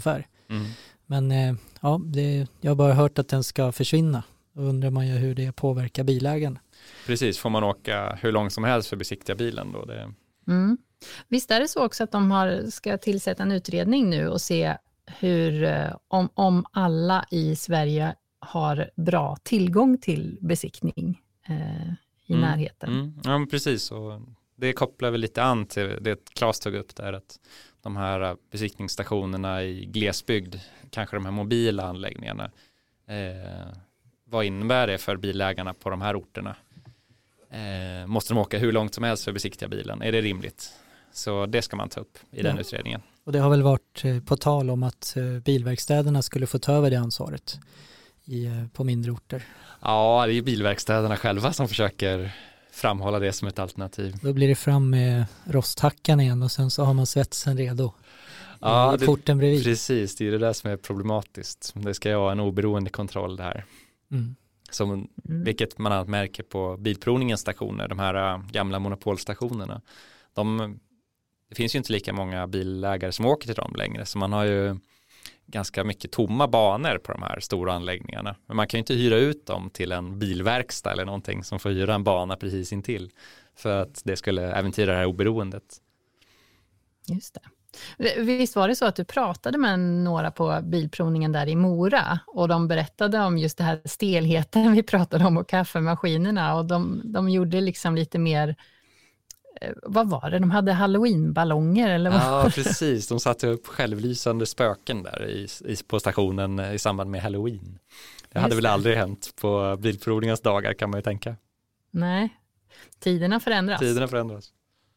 F: Mm. Men eh, ja, det, jag har bara hört att den ska försvinna. Då undrar man ju hur det påverkar bilägaren.
E: Precis, får man åka hur långt som helst för att besiktiga bilen då? Det...
D: Mm. Visst är det så också att de har, ska tillsätta en utredning nu och se hur, om, om alla i Sverige har bra tillgång till besiktning eh, i
E: mm.
D: närheten.
E: Mm. Ja, men precis. Och det kopplar väl lite an till det Claes tog upp där, att de här besiktningsstationerna i glesbygd, kanske de här mobila anläggningarna, eh, vad innebär det för bilägarna på de här orterna? Eh, måste de åka hur långt som helst för att besiktiga bilen? Är det rimligt? Så det ska man ta upp i ja. den utredningen.
F: Och det har väl varit på tal om att bilverkstäderna skulle få ta över det ansvaret i, på mindre orter.
E: Ja, det är ju bilverkstäderna själva som försöker framhålla det som ett alternativ.
F: Då blir det fram med rosthackan igen och sen så har man svetsen redo.
E: Ja,
F: i porten bredvid.
E: Precis, det är det där som är problematiskt. Det ska ju ha en oberoende kontroll där. Mm. Som, mm. Vilket man alltid märker på bilprovningens stationer, de här gamla monopolstationerna. De, det finns ju inte lika många bilägare som åker till dem längre, så man har ju ganska mycket tomma banor på de här stora anläggningarna. Men man kan ju inte hyra ut dem till en bilverkstad eller någonting som får hyra en bana precis intill, för att det skulle äventyra det här oberoendet.
D: Just det. Visst var det så att du pratade med några på bilprovningen där i Mora och de berättade om just det här stelheten vi pratade om och kaffemaskinerna, och de, de gjorde liksom lite mer, vad var det? De hade halloweenballonger eller vad?
E: Ja, precis. De satte upp självlysande spöken där i, i, på stationen i samband med Halloween. Det just hade väl det. aldrig hänt på bilprovningens dagar, kan man ju tänka.
D: Nej, tiderna förändras.
E: Tiderna förändras.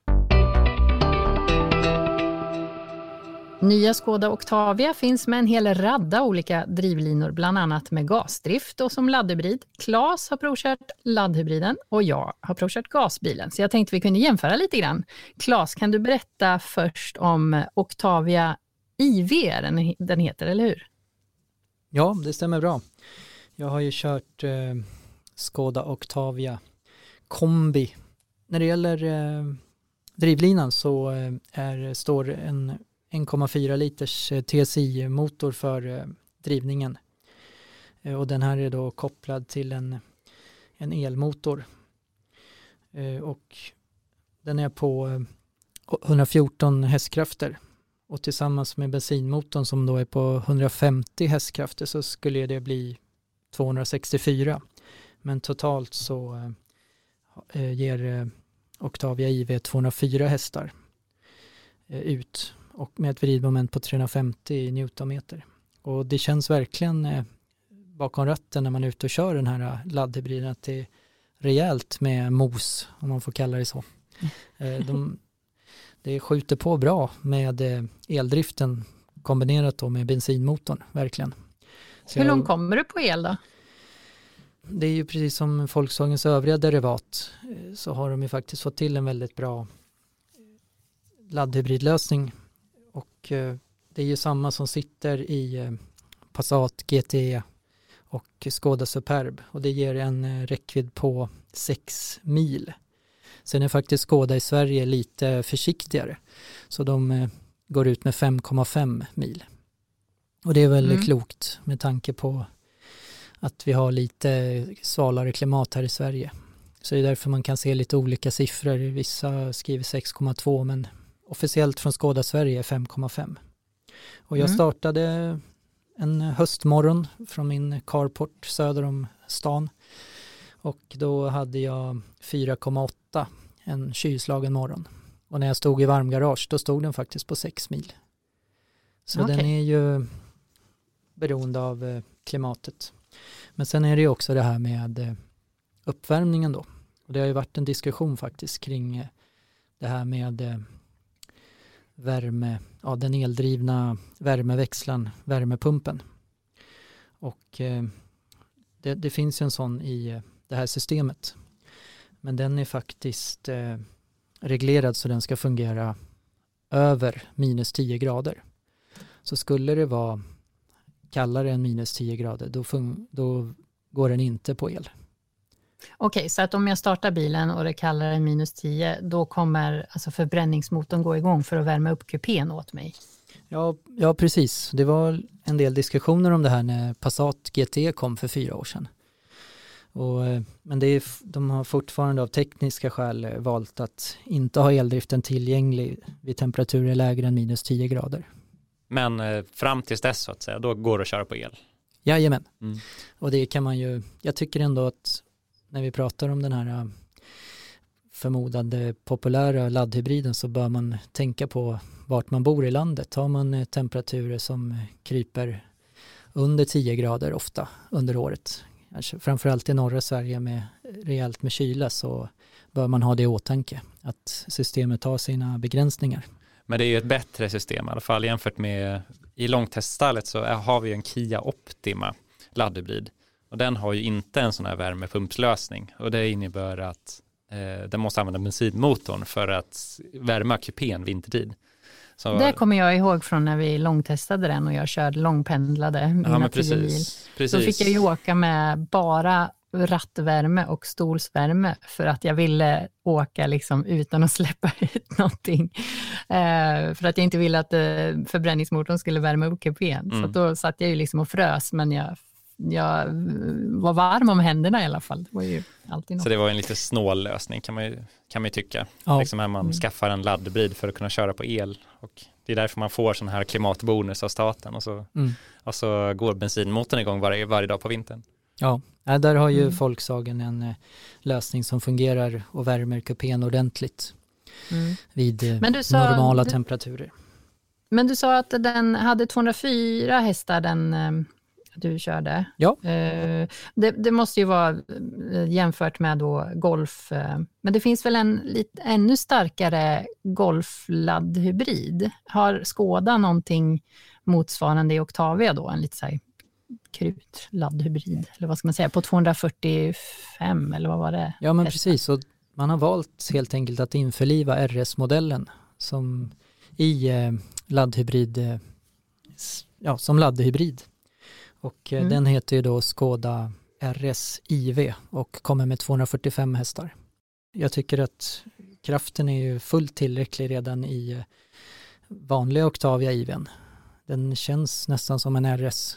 D: Nya Skoda Octavia finns med en hel radda olika drivlinor, bland annat med gasdrift och som laddhybrid. Claes har provkört laddhybriden och jag har provkört gasbilen. Så jag tänkte vi kunde jämföra lite grann. Claes, kan du berätta först om Octavia I V, den, den heter, eller hur?
F: Ja, det stämmer bra. Jag har ju kört eh, Skoda Octavia kombi. När det gäller eh, drivlinan så eh, är, står en en komma fyra liters T S I-motor för eh, drivningen. Eh, och den här är då kopplad till en, en elmotor. Eh, och den är på eh, hundrafjorton hästkrafter. Och tillsammans med bensinmotorn som då är på hundrafemtio hästkrafter så skulle det bli tvåhundrasextiofyra. Men totalt så eh, ger eh, Octavia I V tvåhundrafyra hästar eh, ut. Och med ett vridmoment på trehundrafemtio newtonmeter. Och det känns verkligen eh, bakom ratten när man är ute och kör den här laddhybriden att det är rejält med mos, om man får kalla det så. Eh, de, det skjuter på bra med eh, eldriften kombinerat då med bensinmotorn, verkligen. Så
D: Hur
F: jag,
D: långt kommer du på el då?
F: Det är ju precis som Volkswagens övriga derivat, eh, så har de ju faktiskt fått till en väldigt bra laddhybridlösning. Och eh, det är ju samma som sitter i eh, Passat G T E och Skoda Superb. Och det ger en eh, räckvidd på sex mil. Sen är faktiskt Skoda i Sverige lite försiktigare. Så de eh, går ut med fem komma fem mil. Och det är väldigt mm. klokt med tanke på att vi har lite svalare klimat här i Sverige. Så det är därför man kan se lite olika siffror. Vissa skriver sex komma två men officiellt från Skoda Sverige är fem komma fem. Och jag mm. startade en höstmorgon från min carport söder om stan. Och då hade jag fyra komma åtta en kylslagen morgon. Och när jag stod i varmgarage då stod den faktiskt på sex mil. Så okay. Den är ju beroende av klimatet. Men sen är det ju också det här med uppvärmningen då. Och det har ju varit en diskussion faktiskt kring det här med värme, ja, den eldrivna värmeväxlaren, värmepumpen. Och eh, det, det finns ju en sån i det här systemet. Men den är faktiskt eh, reglerad så den ska fungera över minus tio grader. Så skulle det vara kallare än minus tio grader, då, fun- då går den inte på el.
D: Okej, okay, så att om jag startar bilen och det är kallare än minus tio, då kommer alltså förbränningsmotorn gå igång för att värma upp kupén åt mig?
F: Ja, ja, precis. Det var en del diskussioner om det här när Passat G T kom för fyra år sedan. Och, men det är, de har fortfarande av tekniska skäl valt att inte ha eldriften tillgänglig vid temperaturer lägre än minus tio grader.
E: Men eh, fram tills dess så att säga, då går det att köra på el?
F: Jajamän.
E: Mm.
F: Och det kan man ju, jag tycker ändå att när vi pratar om den här förmodade populära laddhybriden så bör man tänka på vart man bor i landet. Har man temperaturer som kryper under tio grader ofta under året, framförallt i norra Sverige med rejält med kyla, så bör man ha det i åtanke att systemet har sina begränsningar.
E: Men det är ju ett bättre system i alla fall jämfört med i långteststallet så har vi en Kia Optima laddhybrid och den har ju inte en sån här värmepumpslösning och det innebär att eh, den måste använda bensinmotorn för att värma kupén vintertid. Så,
D: det kommer jag ihåg från när vi långtestade den och jag körde långpendlade mina
E: ja,
D: tio mil.
E: Precis.
D: Så fick jag ju åka med bara rattvärme och stolsvärme för att jag ville åka liksom utan att släppa ut någonting. Eh, för att jag inte ville att eh, förbränningsmotorn skulle värma upp kupén. Mm. Så då satt jag ju liksom och frös, men jag, jag var varm om händerna i alla fall. Det var ju alltid något.
E: Så det var en lite snål lösning kan man ju, kan man ju tycka. Ja. Liksom när man mm. skaffar en laddhybrid för att kunna köra på el. Och det är därför man får sån här klimatbonus av staten. Och så, mm. och så går bensinmotorn igång varje, varje dag på vintern.
F: Ja, där har ju mm. Volkswagen en eh, lösning som fungerar och värmer kupén ordentligt mm. vid eh, sa, normala
D: du,
F: temperaturer.
D: Men du sa att den hade tvåhundrafyra hästar den eh, du körde.
F: Ja.
D: Eh, det, det måste ju vara eh, jämfört med då Golf. Eh, men det finns väl en lite, ännu starkare Golf-laddhybrid. Har Skoda någonting motsvarande i Octavia då? En lite så här krut laddhybrid eller vad ska man säga på tvåhundrafyrtiofem eller vad var det?
F: Ja men precis, och man har valt helt enkelt att införliva R S-modellen som i eh, laddhybrid eh, ja, som laddhybrid och eh, mm. den heter ju då Skoda R S I V och kommer med tvåhundrafyrtiofem hästar. Jag tycker att kraften är ju fullt tillräcklig redan i eh, vanliga Octavia I V:n. Den känns nästan som en R S.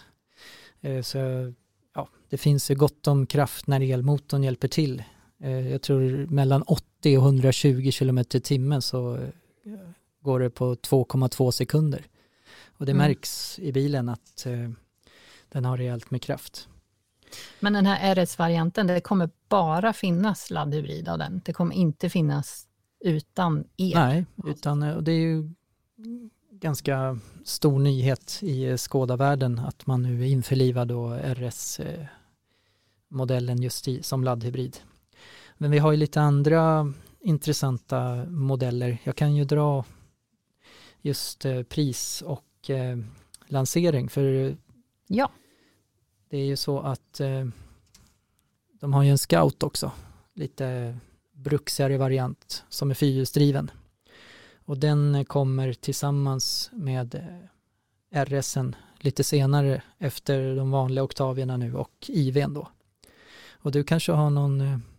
F: Så ja, det finns ju gott om kraft när elmotorn hjälper till. Jag tror mellan åttio och hundratjugo kilometer i timmen så går det på två komma två sekunder. Och det mm. märks i bilen att uh, den har rejält med kraft.
D: Men den här R S-varianten, det kommer bara finnas laddhybrid av den. Det kommer inte finnas utan el.
F: Nej, utan och det är ju ganska stor nyhet i Skoda-världen att man nu införlivar då R S-modellen just i, som laddhybrid. Men vi har ju lite andra intressanta modeller. Jag kan ju dra just eh, pris och eh, lansering för
D: ja.
F: Det är ju så att eh, de har ju en Scout också, lite bruksigare variant som är fyrhjulsdriven. Och den kommer tillsammans med R S:en lite senare efter de vanliga Octavierna nu och I V:n då. Och du kanske har någon,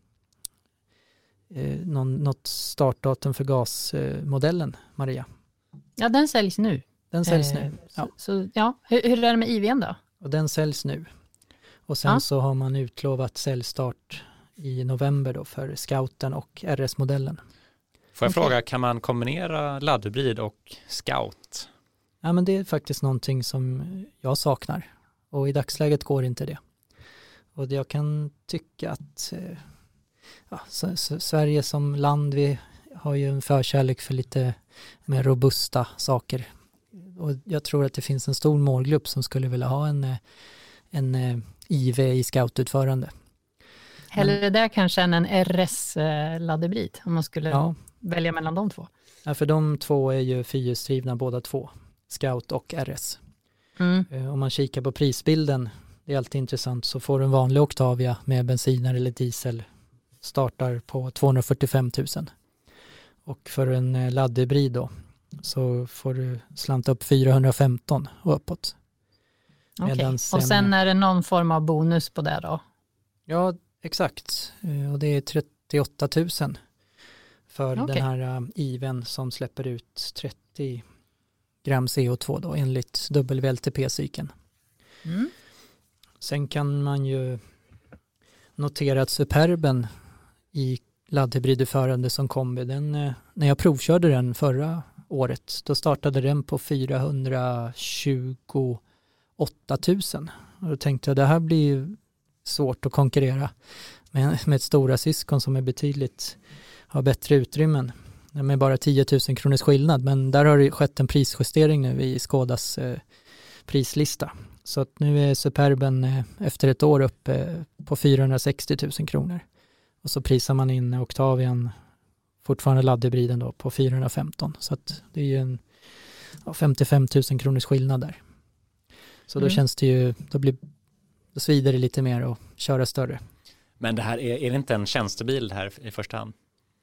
F: eh, någon något startdatum för gasmodellen, Maria?
D: Ja, den säljs nu.
F: Den säljs eh, nu.
D: Ja. Så, så, ja. Hur, hur är det med I V:n då?
F: Och den säljs nu. Och sen ja. så har man utlovat säljstart i november då för Scouten och R S-modellen.
E: Får jag
D: okay.
E: fråga, kan man kombinera laddhybrid och Scout?
F: Ja, men det är faktiskt någonting som jag saknar. Och i dagsläget går inte det. Och jag kan tycka att ja, så, så, Sverige som land, vi har ju en förkärlek för lite mer robusta saker. Och jag tror att det finns en stor målgrupp som skulle vilja ha en, en I V i Scout-utförande.
D: Eller det där kanske än en R S-laddhybrid om man skulle ja. välja mellan de två.
F: Ja, för de två är ju fyrhjulsdrivna båda två, Scout och R S. Mm. Om man kikar på prisbilden, det är alltid intressant, så får du en vanlig Octavia med bensin eller diesel startar på tvåhundrafyrtiofem tusen. Och för en laddhybrid då så får du slanta upp fyrahundrafemton och uppåt.
D: Okej, sen, och sen är det någon form av bonus på det då?
F: Ja, exakt. Och det är trettioåtta tusen för okay. den här I V:n som släpper ut trettio gram C O två då, enligt W L T P-cykeln.
D: Mm.
F: Sen kan man ju notera att Superben i laddhybridförande som kombi, den, när jag provkörde den förra året, då startade den på fyrahundratjugoåtta tusen. Och då tänkte jag, det här blir ju svårt att konkurrera med, med ett stora syskon som är betydligt, har bättre utrymmen. Med bara tio tusen kronors skillnad, men där har det skett en prisjustering nu i Skodas eh, prislista. Så att nu är Superben eh, efter ett år uppe eh, på fyrahundrasextio tusen kronor. Och så prisar man in Octavian, fortfarande laddhybriden då, på fyrahundrafemton. Så att det är ju en ja, femtiofem tusen kronors skillnad där. Så då mm. känns det ju, då blir då svider det lite mer att köra större.
E: Men det här, är, är det inte en tjänstebil här i första hand?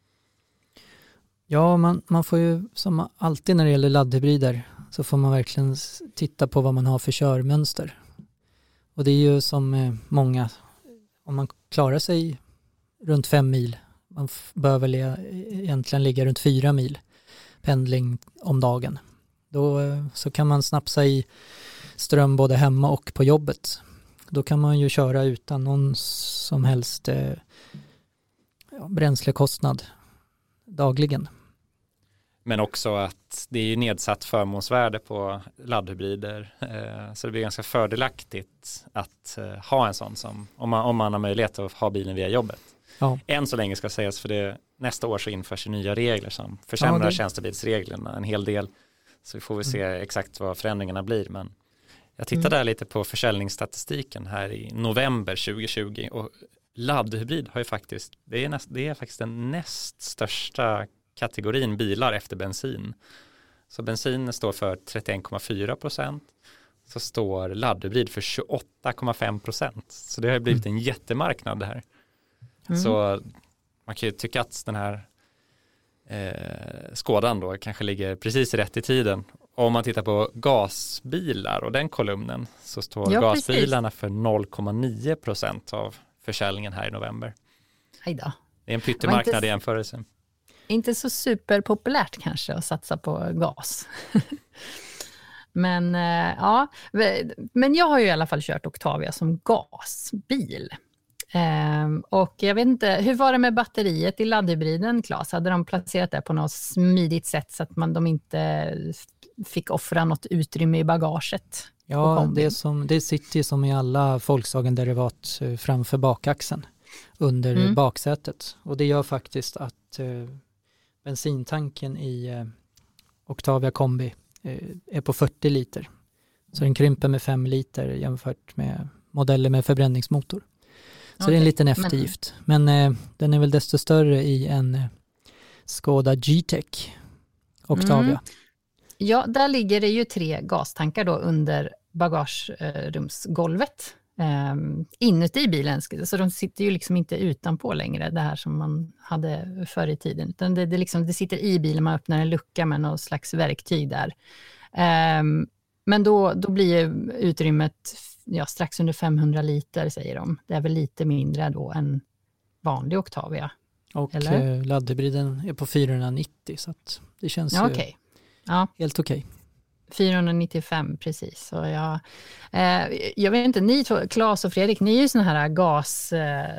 F: Ja, man, man får ju som alltid när det gäller laddhybrider så får man verkligen titta på vad man har för körmönster. Och det är ju som många, om man klarar sig runt fem mil, man bör väl egentligen ligga runt fyra mil pendling om dagen. Då så kan man snapsa i ström både hemma och på jobbet. Då kan man ju köra utan någon som helst eh, ja, bränslekostnad dagligen.
E: Men också att det är ju nedsatt förmånsvärde på laddhybrider. Eh, så det blir ganska fördelaktigt att eh, ha en sån som, om man, om man har möjlighet att ha bilen via jobbet.
F: Ja.
E: Än så länge ska sägas, för det, nästa år så införs nya regler som försämrar ja, det... tjänstebilsreglerna en hel del. Så vi får väl se mm. exakt vad förändringarna blir. Men jag tittade mm. där lite på försäljningsstatistiken här i november tjugohundratjugo och laddhybrid har ju faktiskt, det är, näst, det är faktiskt den näst största kategorin bilar efter bensin. Så bensin står för trettioen komma fyra procent, så står laddhybrid för tjugoåtta komma fem procent. Så det har blivit en jättemarknad det här. Mm. Så man kan ju tycka att den här eh, Skodan då kanske ligger precis rätt i tiden. Och om man tittar på gasbilar och den kolumnen så står ja, gasbilarna precis. för noll komma nio procent av försäljningen här i november.
D: Hejdå.
E: Det är en pyttemarknad inte, i jämförelse.
D: Inte så superpopulärt kanske att satsa på gas. men ja, men jag har ju i alla fall kört Octavia som gasbil. Um, och jag vet inte, hur var det med batteriet i laddhybriden, Claes? Hade de placerat det på något smidigt sätt så att man, de inte fick offra något utrymme i bagaget?
F: Ja, det, som, det sitter ju som i alla Volkswagen-derivat framför bakaxeln under mm. baksätet. Och det gör faktiskt att eh, bensintanken i eh, Octavia kombi eh, är på fyrtio liter. Så den krymper med fem liter jämfört med modeller med förbränningsmotor. Så okay. Det är en liten eftergift. Men, men eh, den är väl desto större i en eh, Skoda G-Tech Octavia. Mm.
D: Ja, där ligger det ju tre gastankar då under bagagerumsgolvet. Eh, inuti bilen. Så de sitter ju liksom inte utanpå längre, det här som man hade förr i tiden. Utan det, det, liksom, det sitter i bilen, man öppnar en lucka med någon slags verktyg där. Eh, men då, då blir ju utrymmet ja, strax under femhundra liter säger de. Det är väl lite mindre då än vanlig Octavia.
F: Och
D: eller?
F: Laddhybriden är på fyrahundranittio så att det känns
D: ja,
F: ju
D: okay. ja.
F: helt okej. Okay.
D: fyrahundranittiofem precis. Så jag, eh, jag vet inte, ni två, Claes och Fredrik, ni är ju såna här gas eh,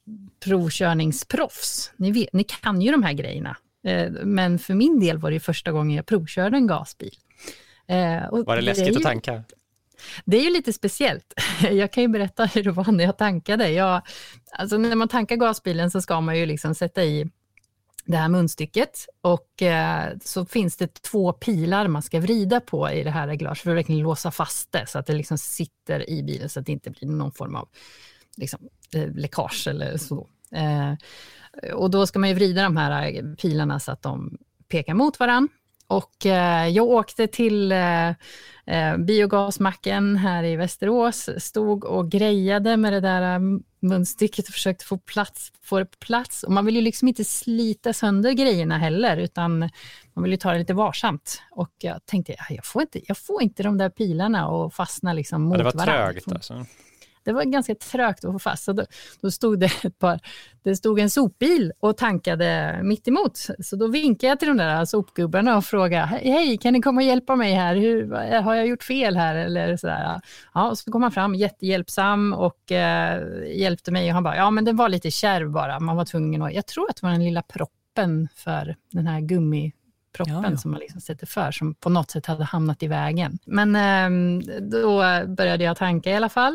D: provkörningsproffs. Ni, vet, ni kan ju de här grejerna. Eh, men för min del var det första gången jag provkörde en gasbil. Eh, och
E: var det läskigt det ju, att tanka?
D: Det är ju lite speciellt. Jag kan ju berätta hur det var när jag tankade. Jag, alltså när man tankar gasbilen så ska man ju liksom sätta i det här munstycket och eh, så finns det två pilar man ska vrida på i det här reglaget för att verkligen låsa fast det så att det liksom sitter i bilen så att det inte blir någon form av liksom, eh, läckage eller så. Eh, och då ska man ju vrida de här pilarna så att de pekar mot varann. Och eh, jag åkte till eh, eh, biogasmacken här i Västerås, stod och grejade med det där munstycket och försökte få plats, få det på plats. Och man vill ju liksom inte slita sönder grejerna heller, utan man vill ju ta det lite varsamt. Och jag tänkte, jag får inte, jag får inte de där pilarna och fastna liksom mot
E: ja, det var
D: varandra.
E: trögt alltså.
D: det var ganska trögt att få fast. Så då, då stod det ett par, det stod en sopbil och tankade mitt emot. Så då vinkade jag till de där sopgubbarna och frågade, hej, kan ni komma och hjälpa mig här? Hur, har jag gjort fel här? Eller sådär. Ja, så kom han fram jättehjälpsam och eh, hjälpte mig. Och han bara, ja men den var lite kärv bara. Man var tvungen att, jag tror att det var den lilla proppen för den här gummi proppen ja, ja. som man liksom sätter för, som på något sätt hade hamnat i vägen. Men eh, då började jag tanka i alla fall.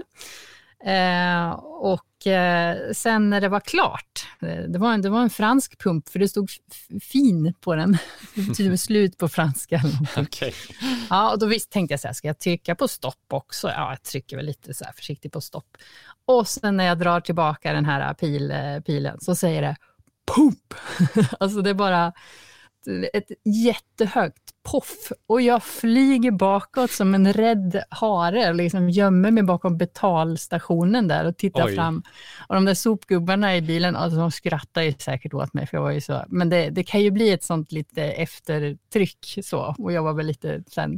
D: Eh, och eh, sen när det var klart, det var, en, det var en fransk pump, för det stod f- fin på den. Det betyder slut på franska.
E: Okay.
D: Ja, och då visst tänkte jag så här, ska jag trycka på stopp också? Ja, jag trycker väl lite så här försiktigt på stopp. Och sen när jag drar tillbaka den här pil, pilen så säger det poop. Alltså det är bara ett jättehögt poff och jag flyger bakåt som en rädd hare, liksom gömmer mig bakom betalstationen där och tittar Oj. fram. Och de där sopgubbarna i bilen, alltså de skrattar ju säkert åt mig, för jag var ju så, men det, det kan ju bli ett sånt lite eftertryck så, och jag var väl lite sen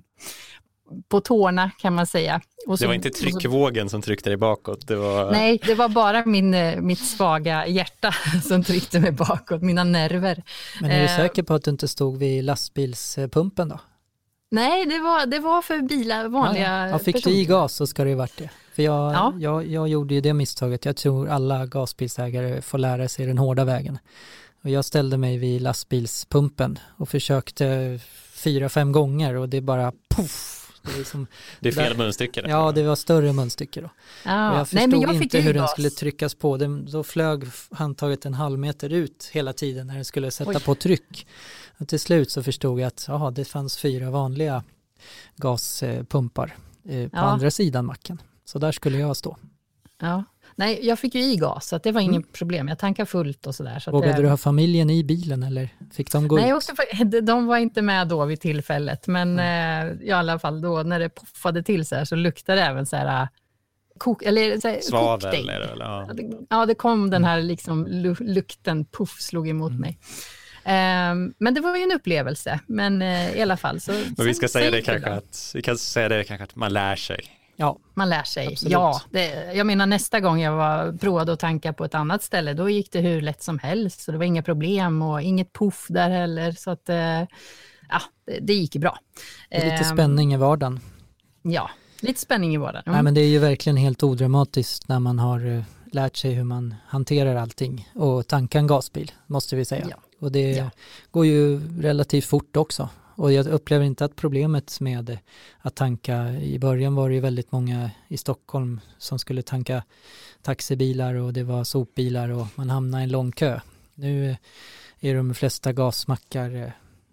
D: på tårna kan man säga. Och så,
E: det var inte tryckvågen så, som tryckte dig bakåt? Det var...
D: Nej, det var bara min, mitt svaga hjärta som tryckte mig bakåt, mina nerver.
F: Men är du eh, säker på att du inte stod vid lastbilspumpen då?
D: Nej, det var, det var för bilar, vanliga
F: ja, ja. Fick personer. Du i gas så ska det ju varit det. För jag,
D: ja.
F: jag, jag gjorde ju det misstaget. Jag tror alla gasbilsägare får lära sig den hårda vägen. Och jag ställde mig vid lastbilspumpen och försökte fyra, fem gånger och det bara puff. Det är, som,
E: det är fel
F: där,
E: munstycke. Där.
F: Ja, det var större munstycke då.
D: Ja.
F: Och jag förstod Nej, men jag inte hur den skulle tryckas på. Den, då flög handtaget en halv meter ut hela tiden när den skulle sätta Oj. på tryck. Och till slut så förstod jag att aha, det fanns fyra vanliga gaspumpar eh, på ja. andra sidan macken. Så där skulle jag stå.
D: Ja. Nej, jag fick ju i gas så att det var ingen mm. problem. Jag tankade fullt och sådär. Så
F: Vågade
D: det...
F: du ha familjen i bilen eller fick de gå
D: Nej,
F: ut?
D: Också, de var inte med då vid tillfället. Men mm. eh, i alla fall då när det puffade till så här så luktade det även så här kok, eller så här,
E: svavel eller, eller ja.
D: Ja, det kom den här liksom lukten, puff slog emot mm. mig. Um, men det var ju en upplevelse. Men uh, i alla fall så...
E: Men vi ska säga det kanske att, vi kan säga det kanske att man lär sig.
D: Ja, man lär sig.
F: Absolut.
D: Ja, det, jag menar nästa gång jag var provade att tanka på ett annat ställe, då gick det hur lätt som helst. Så det var inga problem och inget puff där heller. Så att, uh, ja, det, det gick bra.
F: Det är lite um, spänning i vardagen.
D: Ja, lite spänning i vardagen. Mm.
F: Nej, men det är ju verkligen helt odramatiskt när man har uh, lärt sig hur man hanterar allting. Och tanka en gasbil, måste vi säga. Ja. Och det ja. går ju relativt fort också. Och jag upplever inte att problemet med att tanka, i början var det ju väldigt många i Stockholm som skulle tanka taxibilar och det var sopbilar och man hamnade i en lång kö. Nu är de flesta gasmackar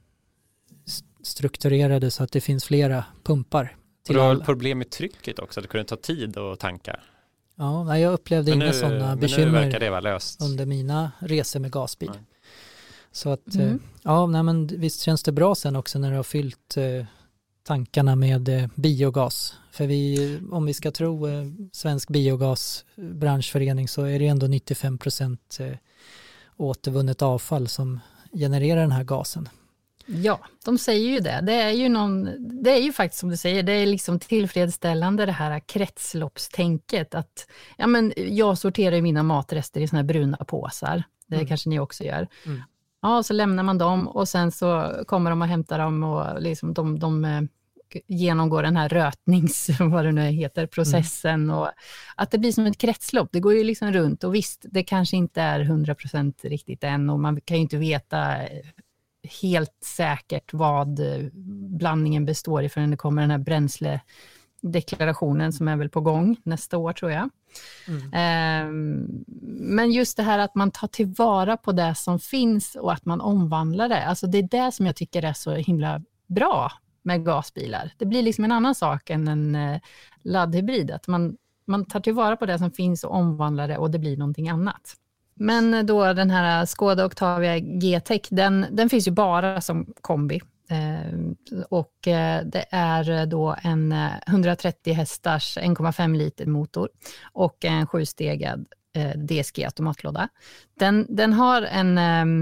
F: strukturerade så att det finns flera pumpar till alla.
E: Och du har problem med trycket också, det kunde ta tid att tanka.
F: Ja, jag upplevde
E: men
F: inga
E: nu,
F: sådana bekymmer
E: det vara löst.
F: under mina resor med gasbil. Mm. Så att,
D: mm.
F: ja, nej, men visst känns det bra sen också när du har fyllt eh, tankarna med eh, biogas. För vi, om vi ska tro eh, Svensk biogasbranschförening så är det ändå nittiofem procent eh, återvunnet avfall som genererar den här gasen.
D: Ja, de säger ju det. Det är ju, någon, det är ju faktiskt som du säger, det är liksom tillfredsställande det här kretsloppstänket. Att, ja, men jag sorterar ju mina matrester i såna här bruna påsar. Det mm. kanske ni också gör. Mm. Ja, så lämnar man dem och sen så kommer de och hämtar dem och liksom de, de genomgår den här rötnings, vad det nu heter, processen mm. och att det blir som ett kretslopp. Det går ju liksom runt och visst, det kanske inte är hundra procent riktigt än och man kan ju inte veta helt säkert vad blandningen består i förrän det kommer den här bränsledeklarationen som är väl på gång nästa år tror jag. Mm. Um, men just det här att man tar tillvara på det som finns och att man omvandlar det. Alltså det är det som jag tycker är så himla bra med gasbilar. Det blir liksom en annan sak än en uh, laddhybrid. Att man, man tar tillvara på det som finns och omvandlar det och det blir någonting annat. Men då den här Skoda Octavia G-Tech, den, den finns ju bara som kombi. Eh, och eh, det är då en hundratrettio hästars en komma fem liter motor och en sjustegad eh, D S G automatlåda. Den, den har en, eh,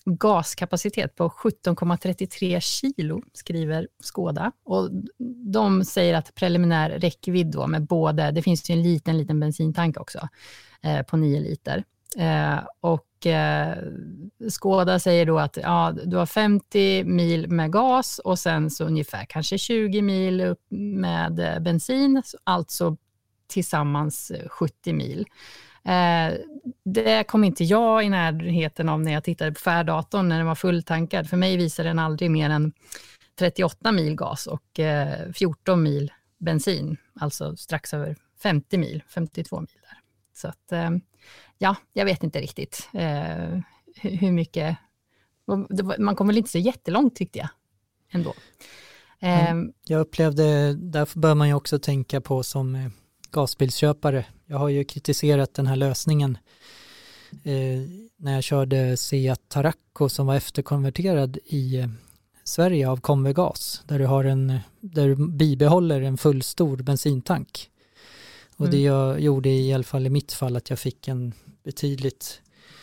D: gaskapacitet på sjutton komma trettiotre kilo, skriver Skoda. Och de säger att preliminär räckvidd då med både, det finns ju en liten, liten bensintank också eh, på nio liter. Eh, och eh, Skoda säger då att ja, du har femtio mil med gas och sen så ungefär kanske tjugo mil upp med eh, bensin, alltså tillsammans sjuttio mil. Eh, det kom inte jag i närheten av när jag tittade på färddatorn när den var fulltankad. För mig visar den aldrig mer än trettioåtta mil gas och eh, fjorton mil bensin, alltså strax över femtio mil, femtiotvå mil där. Så att eh, ja, jag vet inte riktigt eh, hur mycket, man kommer väl inte så jättelångt tyckte jag ändå. Eh,
F: mm. Jag upplevde, därför bör man ju också tänka på som eh, gasbilsköpare. Jag har ju kritiserat den här lösningen eh, när jag körde Seat Tarraco som var efterkonverterad i eh, Sverige av Convegas, där du har en, där du bibehåller en full stor bensintank. Och det jag gjorde i alla fall i mitt fall att jag fick en betydligt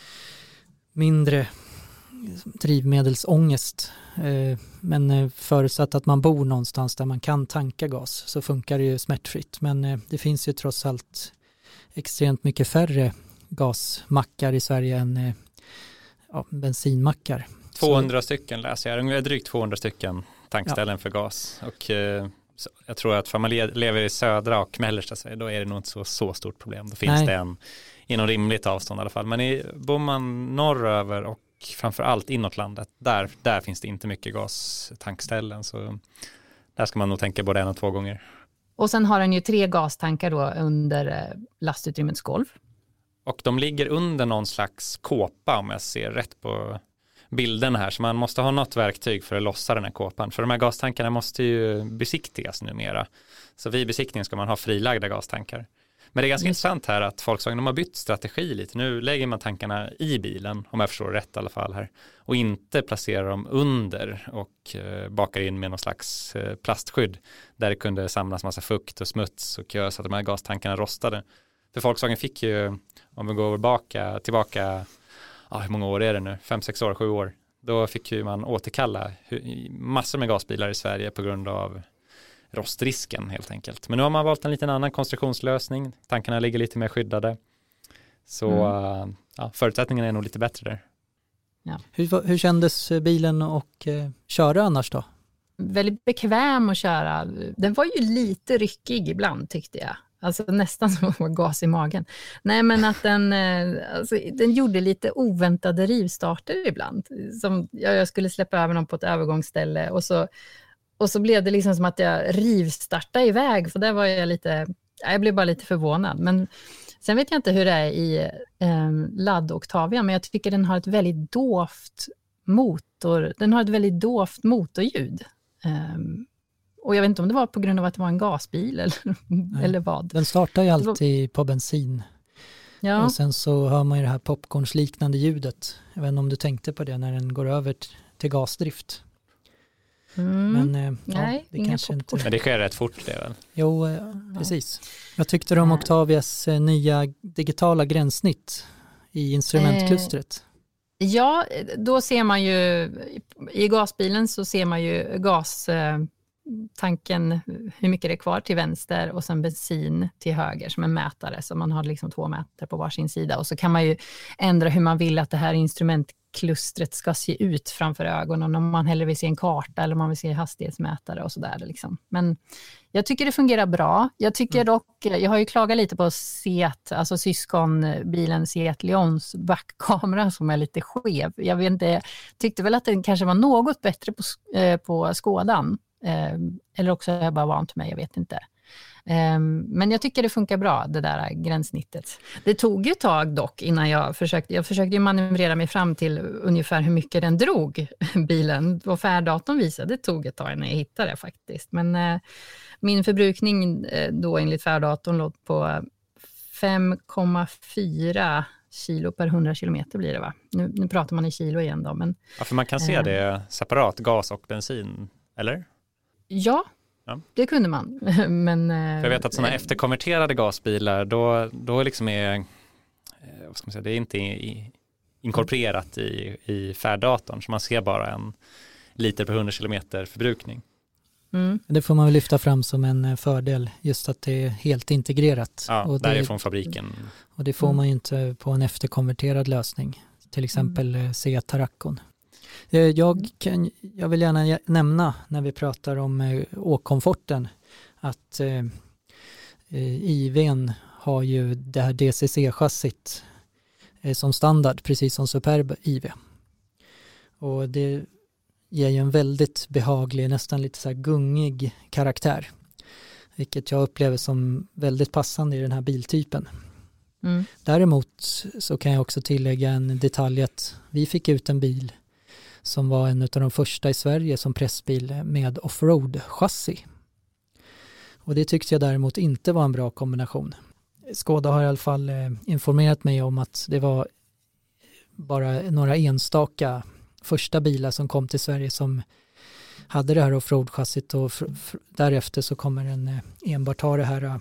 F: mindre drivmedelsångest. Men förutsatt att man bor någonstans där man kan tanka gas så funkar det ju smärtfritt. Men det finns ju trots allt extremt mycket färre gasmackar i Sverige än ja, bensinmackar.
E: tvåhundra så. Stycken läser jag. Ungefär drygt tvåhundra stycken tankställen ja. för gas. Och så jag tror att om man lever i södra och mellersta Sverige då är det nog inte så, så stort problem. Då finns Nej. det en inom rimligt avstånd i alla fall. Men i, bor man norröver och framförallt inåt landet, där, där finns det inte mycket gastankställen. Så där ska man nog tänka både en och två gånger.
D: Och sen har den ju tre gastankar då under lastutrymmets golv.
E: Och de ligger under någon slags kåpa om jag ser rätt på bilden här. Så man måste ha något verktyg för att lossa den här kåpan. För de här gastankarna måste ju besiktigas numera. Så vid besiktningen ska man ha frilagda gastankar. Men det är ganska mm. intressant här att Volkswagen de har bytt strategi lite. Nu lägger man tankarna i bilen, om jag förstår rätt i alla fall här. Och inte placerar dem under och eh, bakar in med någon slags eh, plastskydd. Där det kunde samlas massa fukt och smuts och göra så att de här gastankarna rostade. För Volkswagen fick ju, om vi går tillbaka, tillbaka ja, hur många år är det nu? Fem, sex år, sju år. Då fick ju man återkalla massor med gasbilar i Sverige på grund av rostrisken helt enkelt. Men nu har man valt en liten annan konstruktionslösning. Tankarna ligger lite mer skyddade. Så mm. ja, förutsättningarna är nog lite bättre där.
F: Ja. Hur, hur kändes bilen och eh, köra annars då?
D: Väldigt bekväm att köra. Den var ju lite ryckig ibland tyckte jag. Alltså nästan som att få gas i magen. Nej men att den, alltså, den gjorde lite oväntade rivstarter ibland. Som jag skulle släppa över någon på ett övergångsställe och så Och så blev det liksom som att jag rivstartade iväg. För där var jag lite, jag blev bara lite förvånad. Men sen vet jag inte hur det är i eh, ladd Octavia. Men jag tycker den har ett väldigt dovt motor. Den har ett väldigt dovt motorljud. Um, och jag vet inte om det var på grund av att det var en gasbil eller, eller vad.
F: Den startar ju alltid var... på bensin.
D: Ja.
F: Och sen så hör man ju det här popcornsliknande ljudet. Jag vet inte om du tänkte på det när den går över till gasdrift.
D: Mm.
F: Men eh,
D: Nej,
F: ja, det kanske inte...
E: Men det sker rätt fort det väl?
F: Jo, eh, precis. Jag tyckte om Octavias eh, nya digitala gränssnitt i instrumentklustret.
D: Eh, ja, då ser man ju i gasbilen så ser man ju gastanken, hur mycket det är kvar till vänster och sen bensin till höger som en mätare. Så man har liksom två mätare på varsin sida och så kan man ju ändra hur man vill att det här instrumentklustret ska se ut framför ögonen, om man hellre vill se en karta eller om man vill se hastighetsmätare och sådär liksom. Men jag tycker det fungerar bra. Jag tycker mm. dock, jag har ju klagat lite på Seat, alltså syskonbilen Seat Leons backkamera som är lite skev. Jag vet inte, tyckte väl att den kanske var något bättre på, eh, på Skodan. Eh, eller också är jag bara vant mig, jag vet inte. Eh, men jag tycker det funkar bra, det där gränssnittet. Det tog ju ett tag dock innan jag försökte, jag försökte ju manövrera mig fram till ungefär hur mycket den drog, bilen. Och färddatorn visade, det tog ett tag när jag hittade det faktiskt. Men eh, min förbrukning eh, då enligt färddatorn låg på fem komma fyra kilo per hundra kilometer blir det va? Nu, nu pratar man i kilo igen då. Men,
E: ja, för man kan se eh, det separat, gas och bensin, eller?
D: Ja, ja, det kunde man. Men,
E: för jag vet att sådana äh, efterkonverterade gasbilar, då, då liksom är, vad ska man säga, det är inte i, inkorporerat i, i färddatorn, så man ser bara en liter per hundra kilometer förbrukning.
F: Mm. Det får man väl lyfta fram som en fördel, just att det är helt integrerat.
E: Ja,
F: och
E: där
F: det,
E: är från fabriken.
F: Och det får mm. man ju inte på en efterkonverterad lösning, till exempel mm. Seat Tarraccon. Jag, kan, jag vill gärna nämna när vi pratar om åkkomforten att eh, I V:n har ju det här D C C-chassit eh, som standard, precis som Superb I V. Och det ger ju en väldigt behaglig, nästan lite så här gungig karaktär. Vilket jag upplever som väldigt passande i den här biltypen. Mm. Däremot så kan jag också tillägga en detalj att vi fick ut en bil som var en av de första i Sverige som pressbil med offroad-chassi. Och det tyckte jag däremot inte var en bra kombination. Skoda har i alla fall informerat mig om att det var bara några enstaka första bilar som kom till Sverige som hade det här offroad-chassit, och f- f- därefter så kommer den enbart ha det här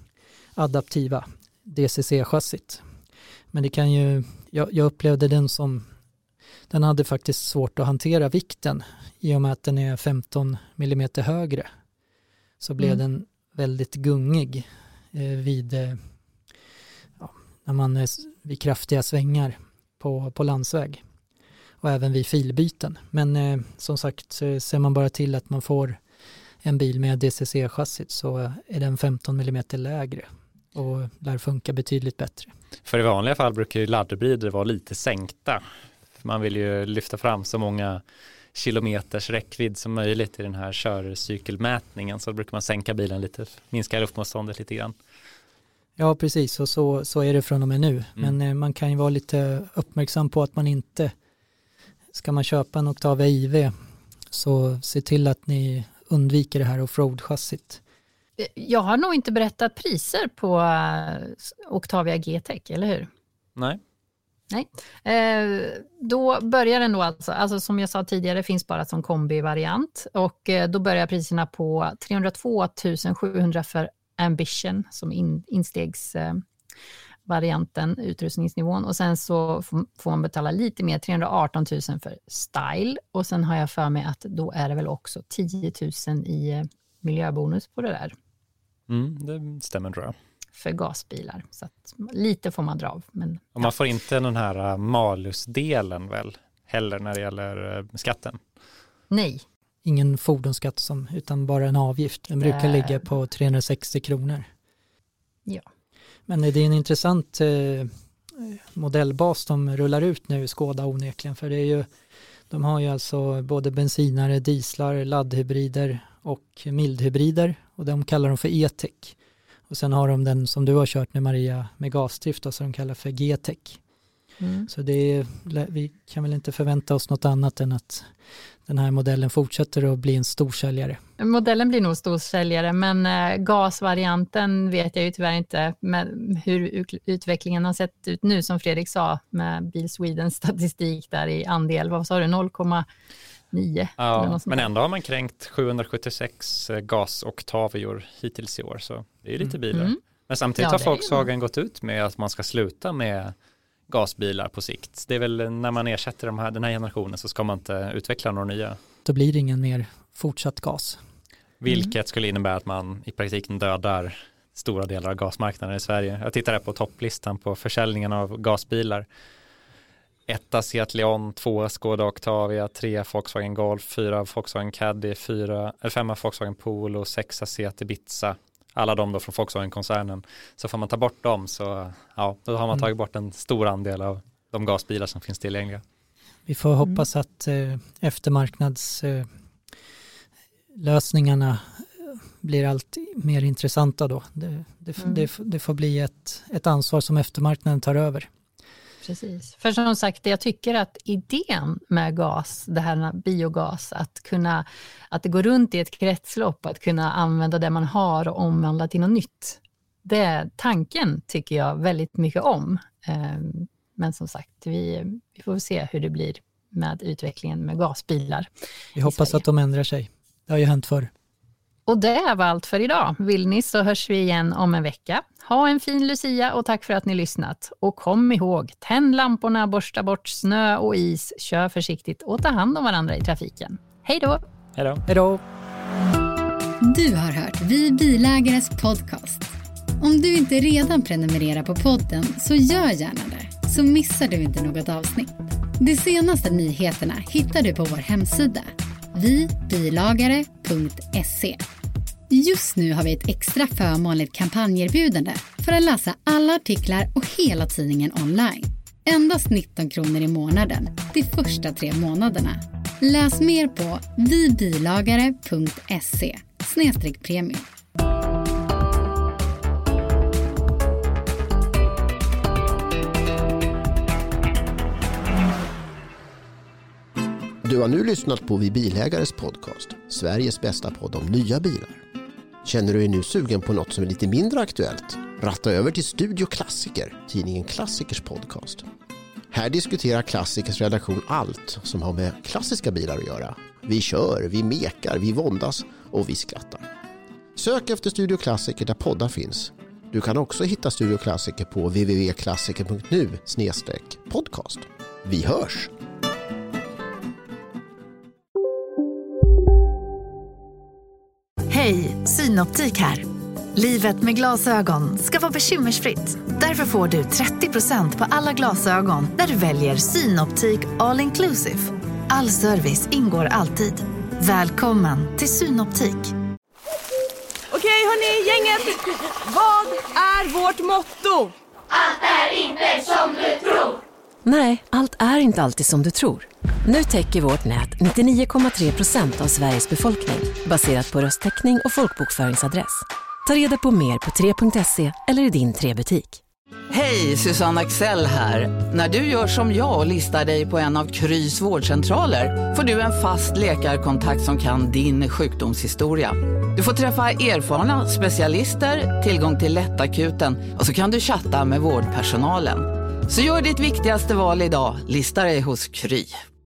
F: adaptiva D C C-chassit. Men det kan ju, jag, jag upplevde den som, den hade faktiskt svårt att hantera vikten i och med att den är femton millimeter högre. Så blev mm. den väldigt gungig eh, vid, eh, ja, när man är vid kraftiga svängar på, på landsväg. Och även vid filbyten. Men eh, som sagt, så ser man bara till att man får en bil med D C C-chassit så är den femton millimeter lägre. Och där funkar betydligt bättre.
E: För i vanliga fall brukar ju laddhybrider vara lite sänkta. Man vill ju lyfta fram så många kilometers räckvidd som möjligt i den här körcykelmätningen. Så brukar man sänka bilen lite, minska luftmotståndet lite grann.
F: Ja, precis. Och så, så är det från och med nu. Mm. Men eh, man kan ju vara lite uppmärksam på att man inte, ska man köpa en Octavia I V så se till att ni undviker det här offroad-chassit.
D: Jag har nog inte berättat priser på Octavia G-Tech, eller hur?
E: Nej.
D: Nej. Eh, då börjar den då alltså, alltså som jag sa tidigare, finns bara som kombi-variant. Och eh, då börjar priserna på trehundratvå tusen sjuhundra för Ambition som in, instegsvarianten, eh, utrustningsnivån. Och sen så får, får man betala lite mer, trehundraarton tusen för Style. Och sen har jag för mig att då är det väl också tio tusen i eh, miljöbonus på det där.
E: Mm, det stämmer tror jag.
D: För gasbilar. Så att lite får man dra av. Men,
E: och man ja. får inte den här malusdelen väl heller när det gäller skatten?
D: Nej.
F: Ingen fordonsskatt som, utan bara en avgift. Den brukar äh... ligga på trehundrasextio kronor.
D: Ja.
F: Men det är en intressant eh, modellbas de rullar ut nu i Skoda onekligen. För det är ju, de har ju alltså både bensinare, dieslar, laddhybrider och mildhybrider. Och de kallar dem för E-Tech. Och sen har de den som du har kört nu, Maria, med gasdrift då, som de kallar för G-Tech. Mm. Så det är, vi kan väl inte förvänta oss något annat än att den här modellen fortsätter att bli en storsäljare.
D: Modellen blir nog storsäljare, men eh, gasvarianten vet jag ju tyvärr inte med hur utvecklingen har sett ut nu, som Fredrik sa, med Bil Swedens statistik där i andel. Vad sa du? noll komma nio.
E: Ja, men ändå har man kränkt sjuhundrasjuttiosex gas-oktavior hittills i år, så det är lite
D: mm.
E: bilar.
D: Mm.
E: Men samtidigt
D: ja,
E: har Volkswagen gått ut med att man ska sluta med gasbilar på sikt. Det är väl när man ersätter de här, den här generationen så ska man inte utveckla några nya.
F: Då blir det ingen mer fortsatt gas.
E: Vilket
F: mm.
E: skulle innebära att man i praktiken dödar stora delar av gasmarknaden i Sverige. Jag tittar här på topplistan på försäljningen av gasbilar. Etta Seat Leon, två Skoda Octavia, tre Volkswagen Golf, fyra Volkswagen Caddy, fyra, eller femma Volkswagen Polo, sexa Seat Ibiza. Alla de då från Volkswagen-koncernen. Så får man ta bort dem så ja, då har man tagit bort en stor andel av de gasbilar som finns tillgängliga.
F: Vi får hoppas att eh, eftermarknadslösningarna eh, blir allt mer intressanta då. Det, det, mm. det, det får bli ett, ett ansvar som eftermarknaden tar över.
D: Precis. För som sagt, jag tycker att idén med gas, det här biogas, att kunna att det går runt i ett kretslopp, att kunna använda det man har och omvandla till något nytt. Det tanken tycker jag väldigt mycket om. Men som sagt, vi, vi får se hur det blir med utvecklingen med gasbilar.
F: Vi hoppas att de ändrar sig. Det har ju hänt förr.
D: Och det var allt för idag. Vill ni så hörs vi igen om en vecka. Ha en fin Lucia och tack för att ni lyssnat. Och kom ihåg, tänd lamporna, borsta bort snö och is, kör försiktigt och ta hand om varandra i trafiken. Hej då!
E: Hej då!
F: Hej då!
L: Du har hört Vi bilägares podcast. Om du inte redan prenumererar på podden så gör gärna det, så missar du inte något avsnitt. De senaste nyheterna hittar du på vår hemsida vi bilagare punkt se. Just nu har vi ett extra förmånligt kampanjerbjudande för att läsa alla artiklar och hela tidningen online. Endast nitton kronor i månaden, de första tre månaderna. Läs mer på vi bilagare punkt se snedstreck premium.
M: Du har nu lyssnat på Vi bilägares podcast, Sveriges bästa podd om nya bilar. Känner du dig nu sugen på något som är lite mindre aktuellt? Ratta över till Studio Klassiker, tidningen Klassikers podcast. Här diskuterar Klassikers redaktion allt som har med klassiska bilar att göra. Vi kör, vi mekar, vi våndas och vi skrattar. Sök efter Studio Klassiker där poddar finns. Du kan också hitta Studio Klassiker på w w w punkt klassiker punkt nu snedstreck podcast. Vi hörs!
H: Hej, Synoptik här. Livet med glasögon ska vara bekymmersfritt. Därför får du trettio procent på alla glasögon när du väljer Synoptik All Inclusive. All service ingår alltid. Välkommen till Synoptik.
N: Okej hörni, gänget. Vad är vårt motto?
O: Allt är inte som du tror.
P: Nej, allt är inte alltid som du tror. Nu täcker vårt nät nittionio komma tre procent av Sveriges befolkning baserat på röstteckning och folkbokföringsadress. Ta reda på mer på tre punkt se eller i din tre-butik.
Q: Hej, Susanne Axel här. När du gör som jag och listar dig på en av Krys vårdcentraler får du en fast läkarkontakt som kan din sjukdomshistoria. Du får träffa erfarna specialister, tillgång till lättakuten och så kan du chatta med vårdpersonalen. Så gör ditt viktigaste val idag, lista dig hos Kry.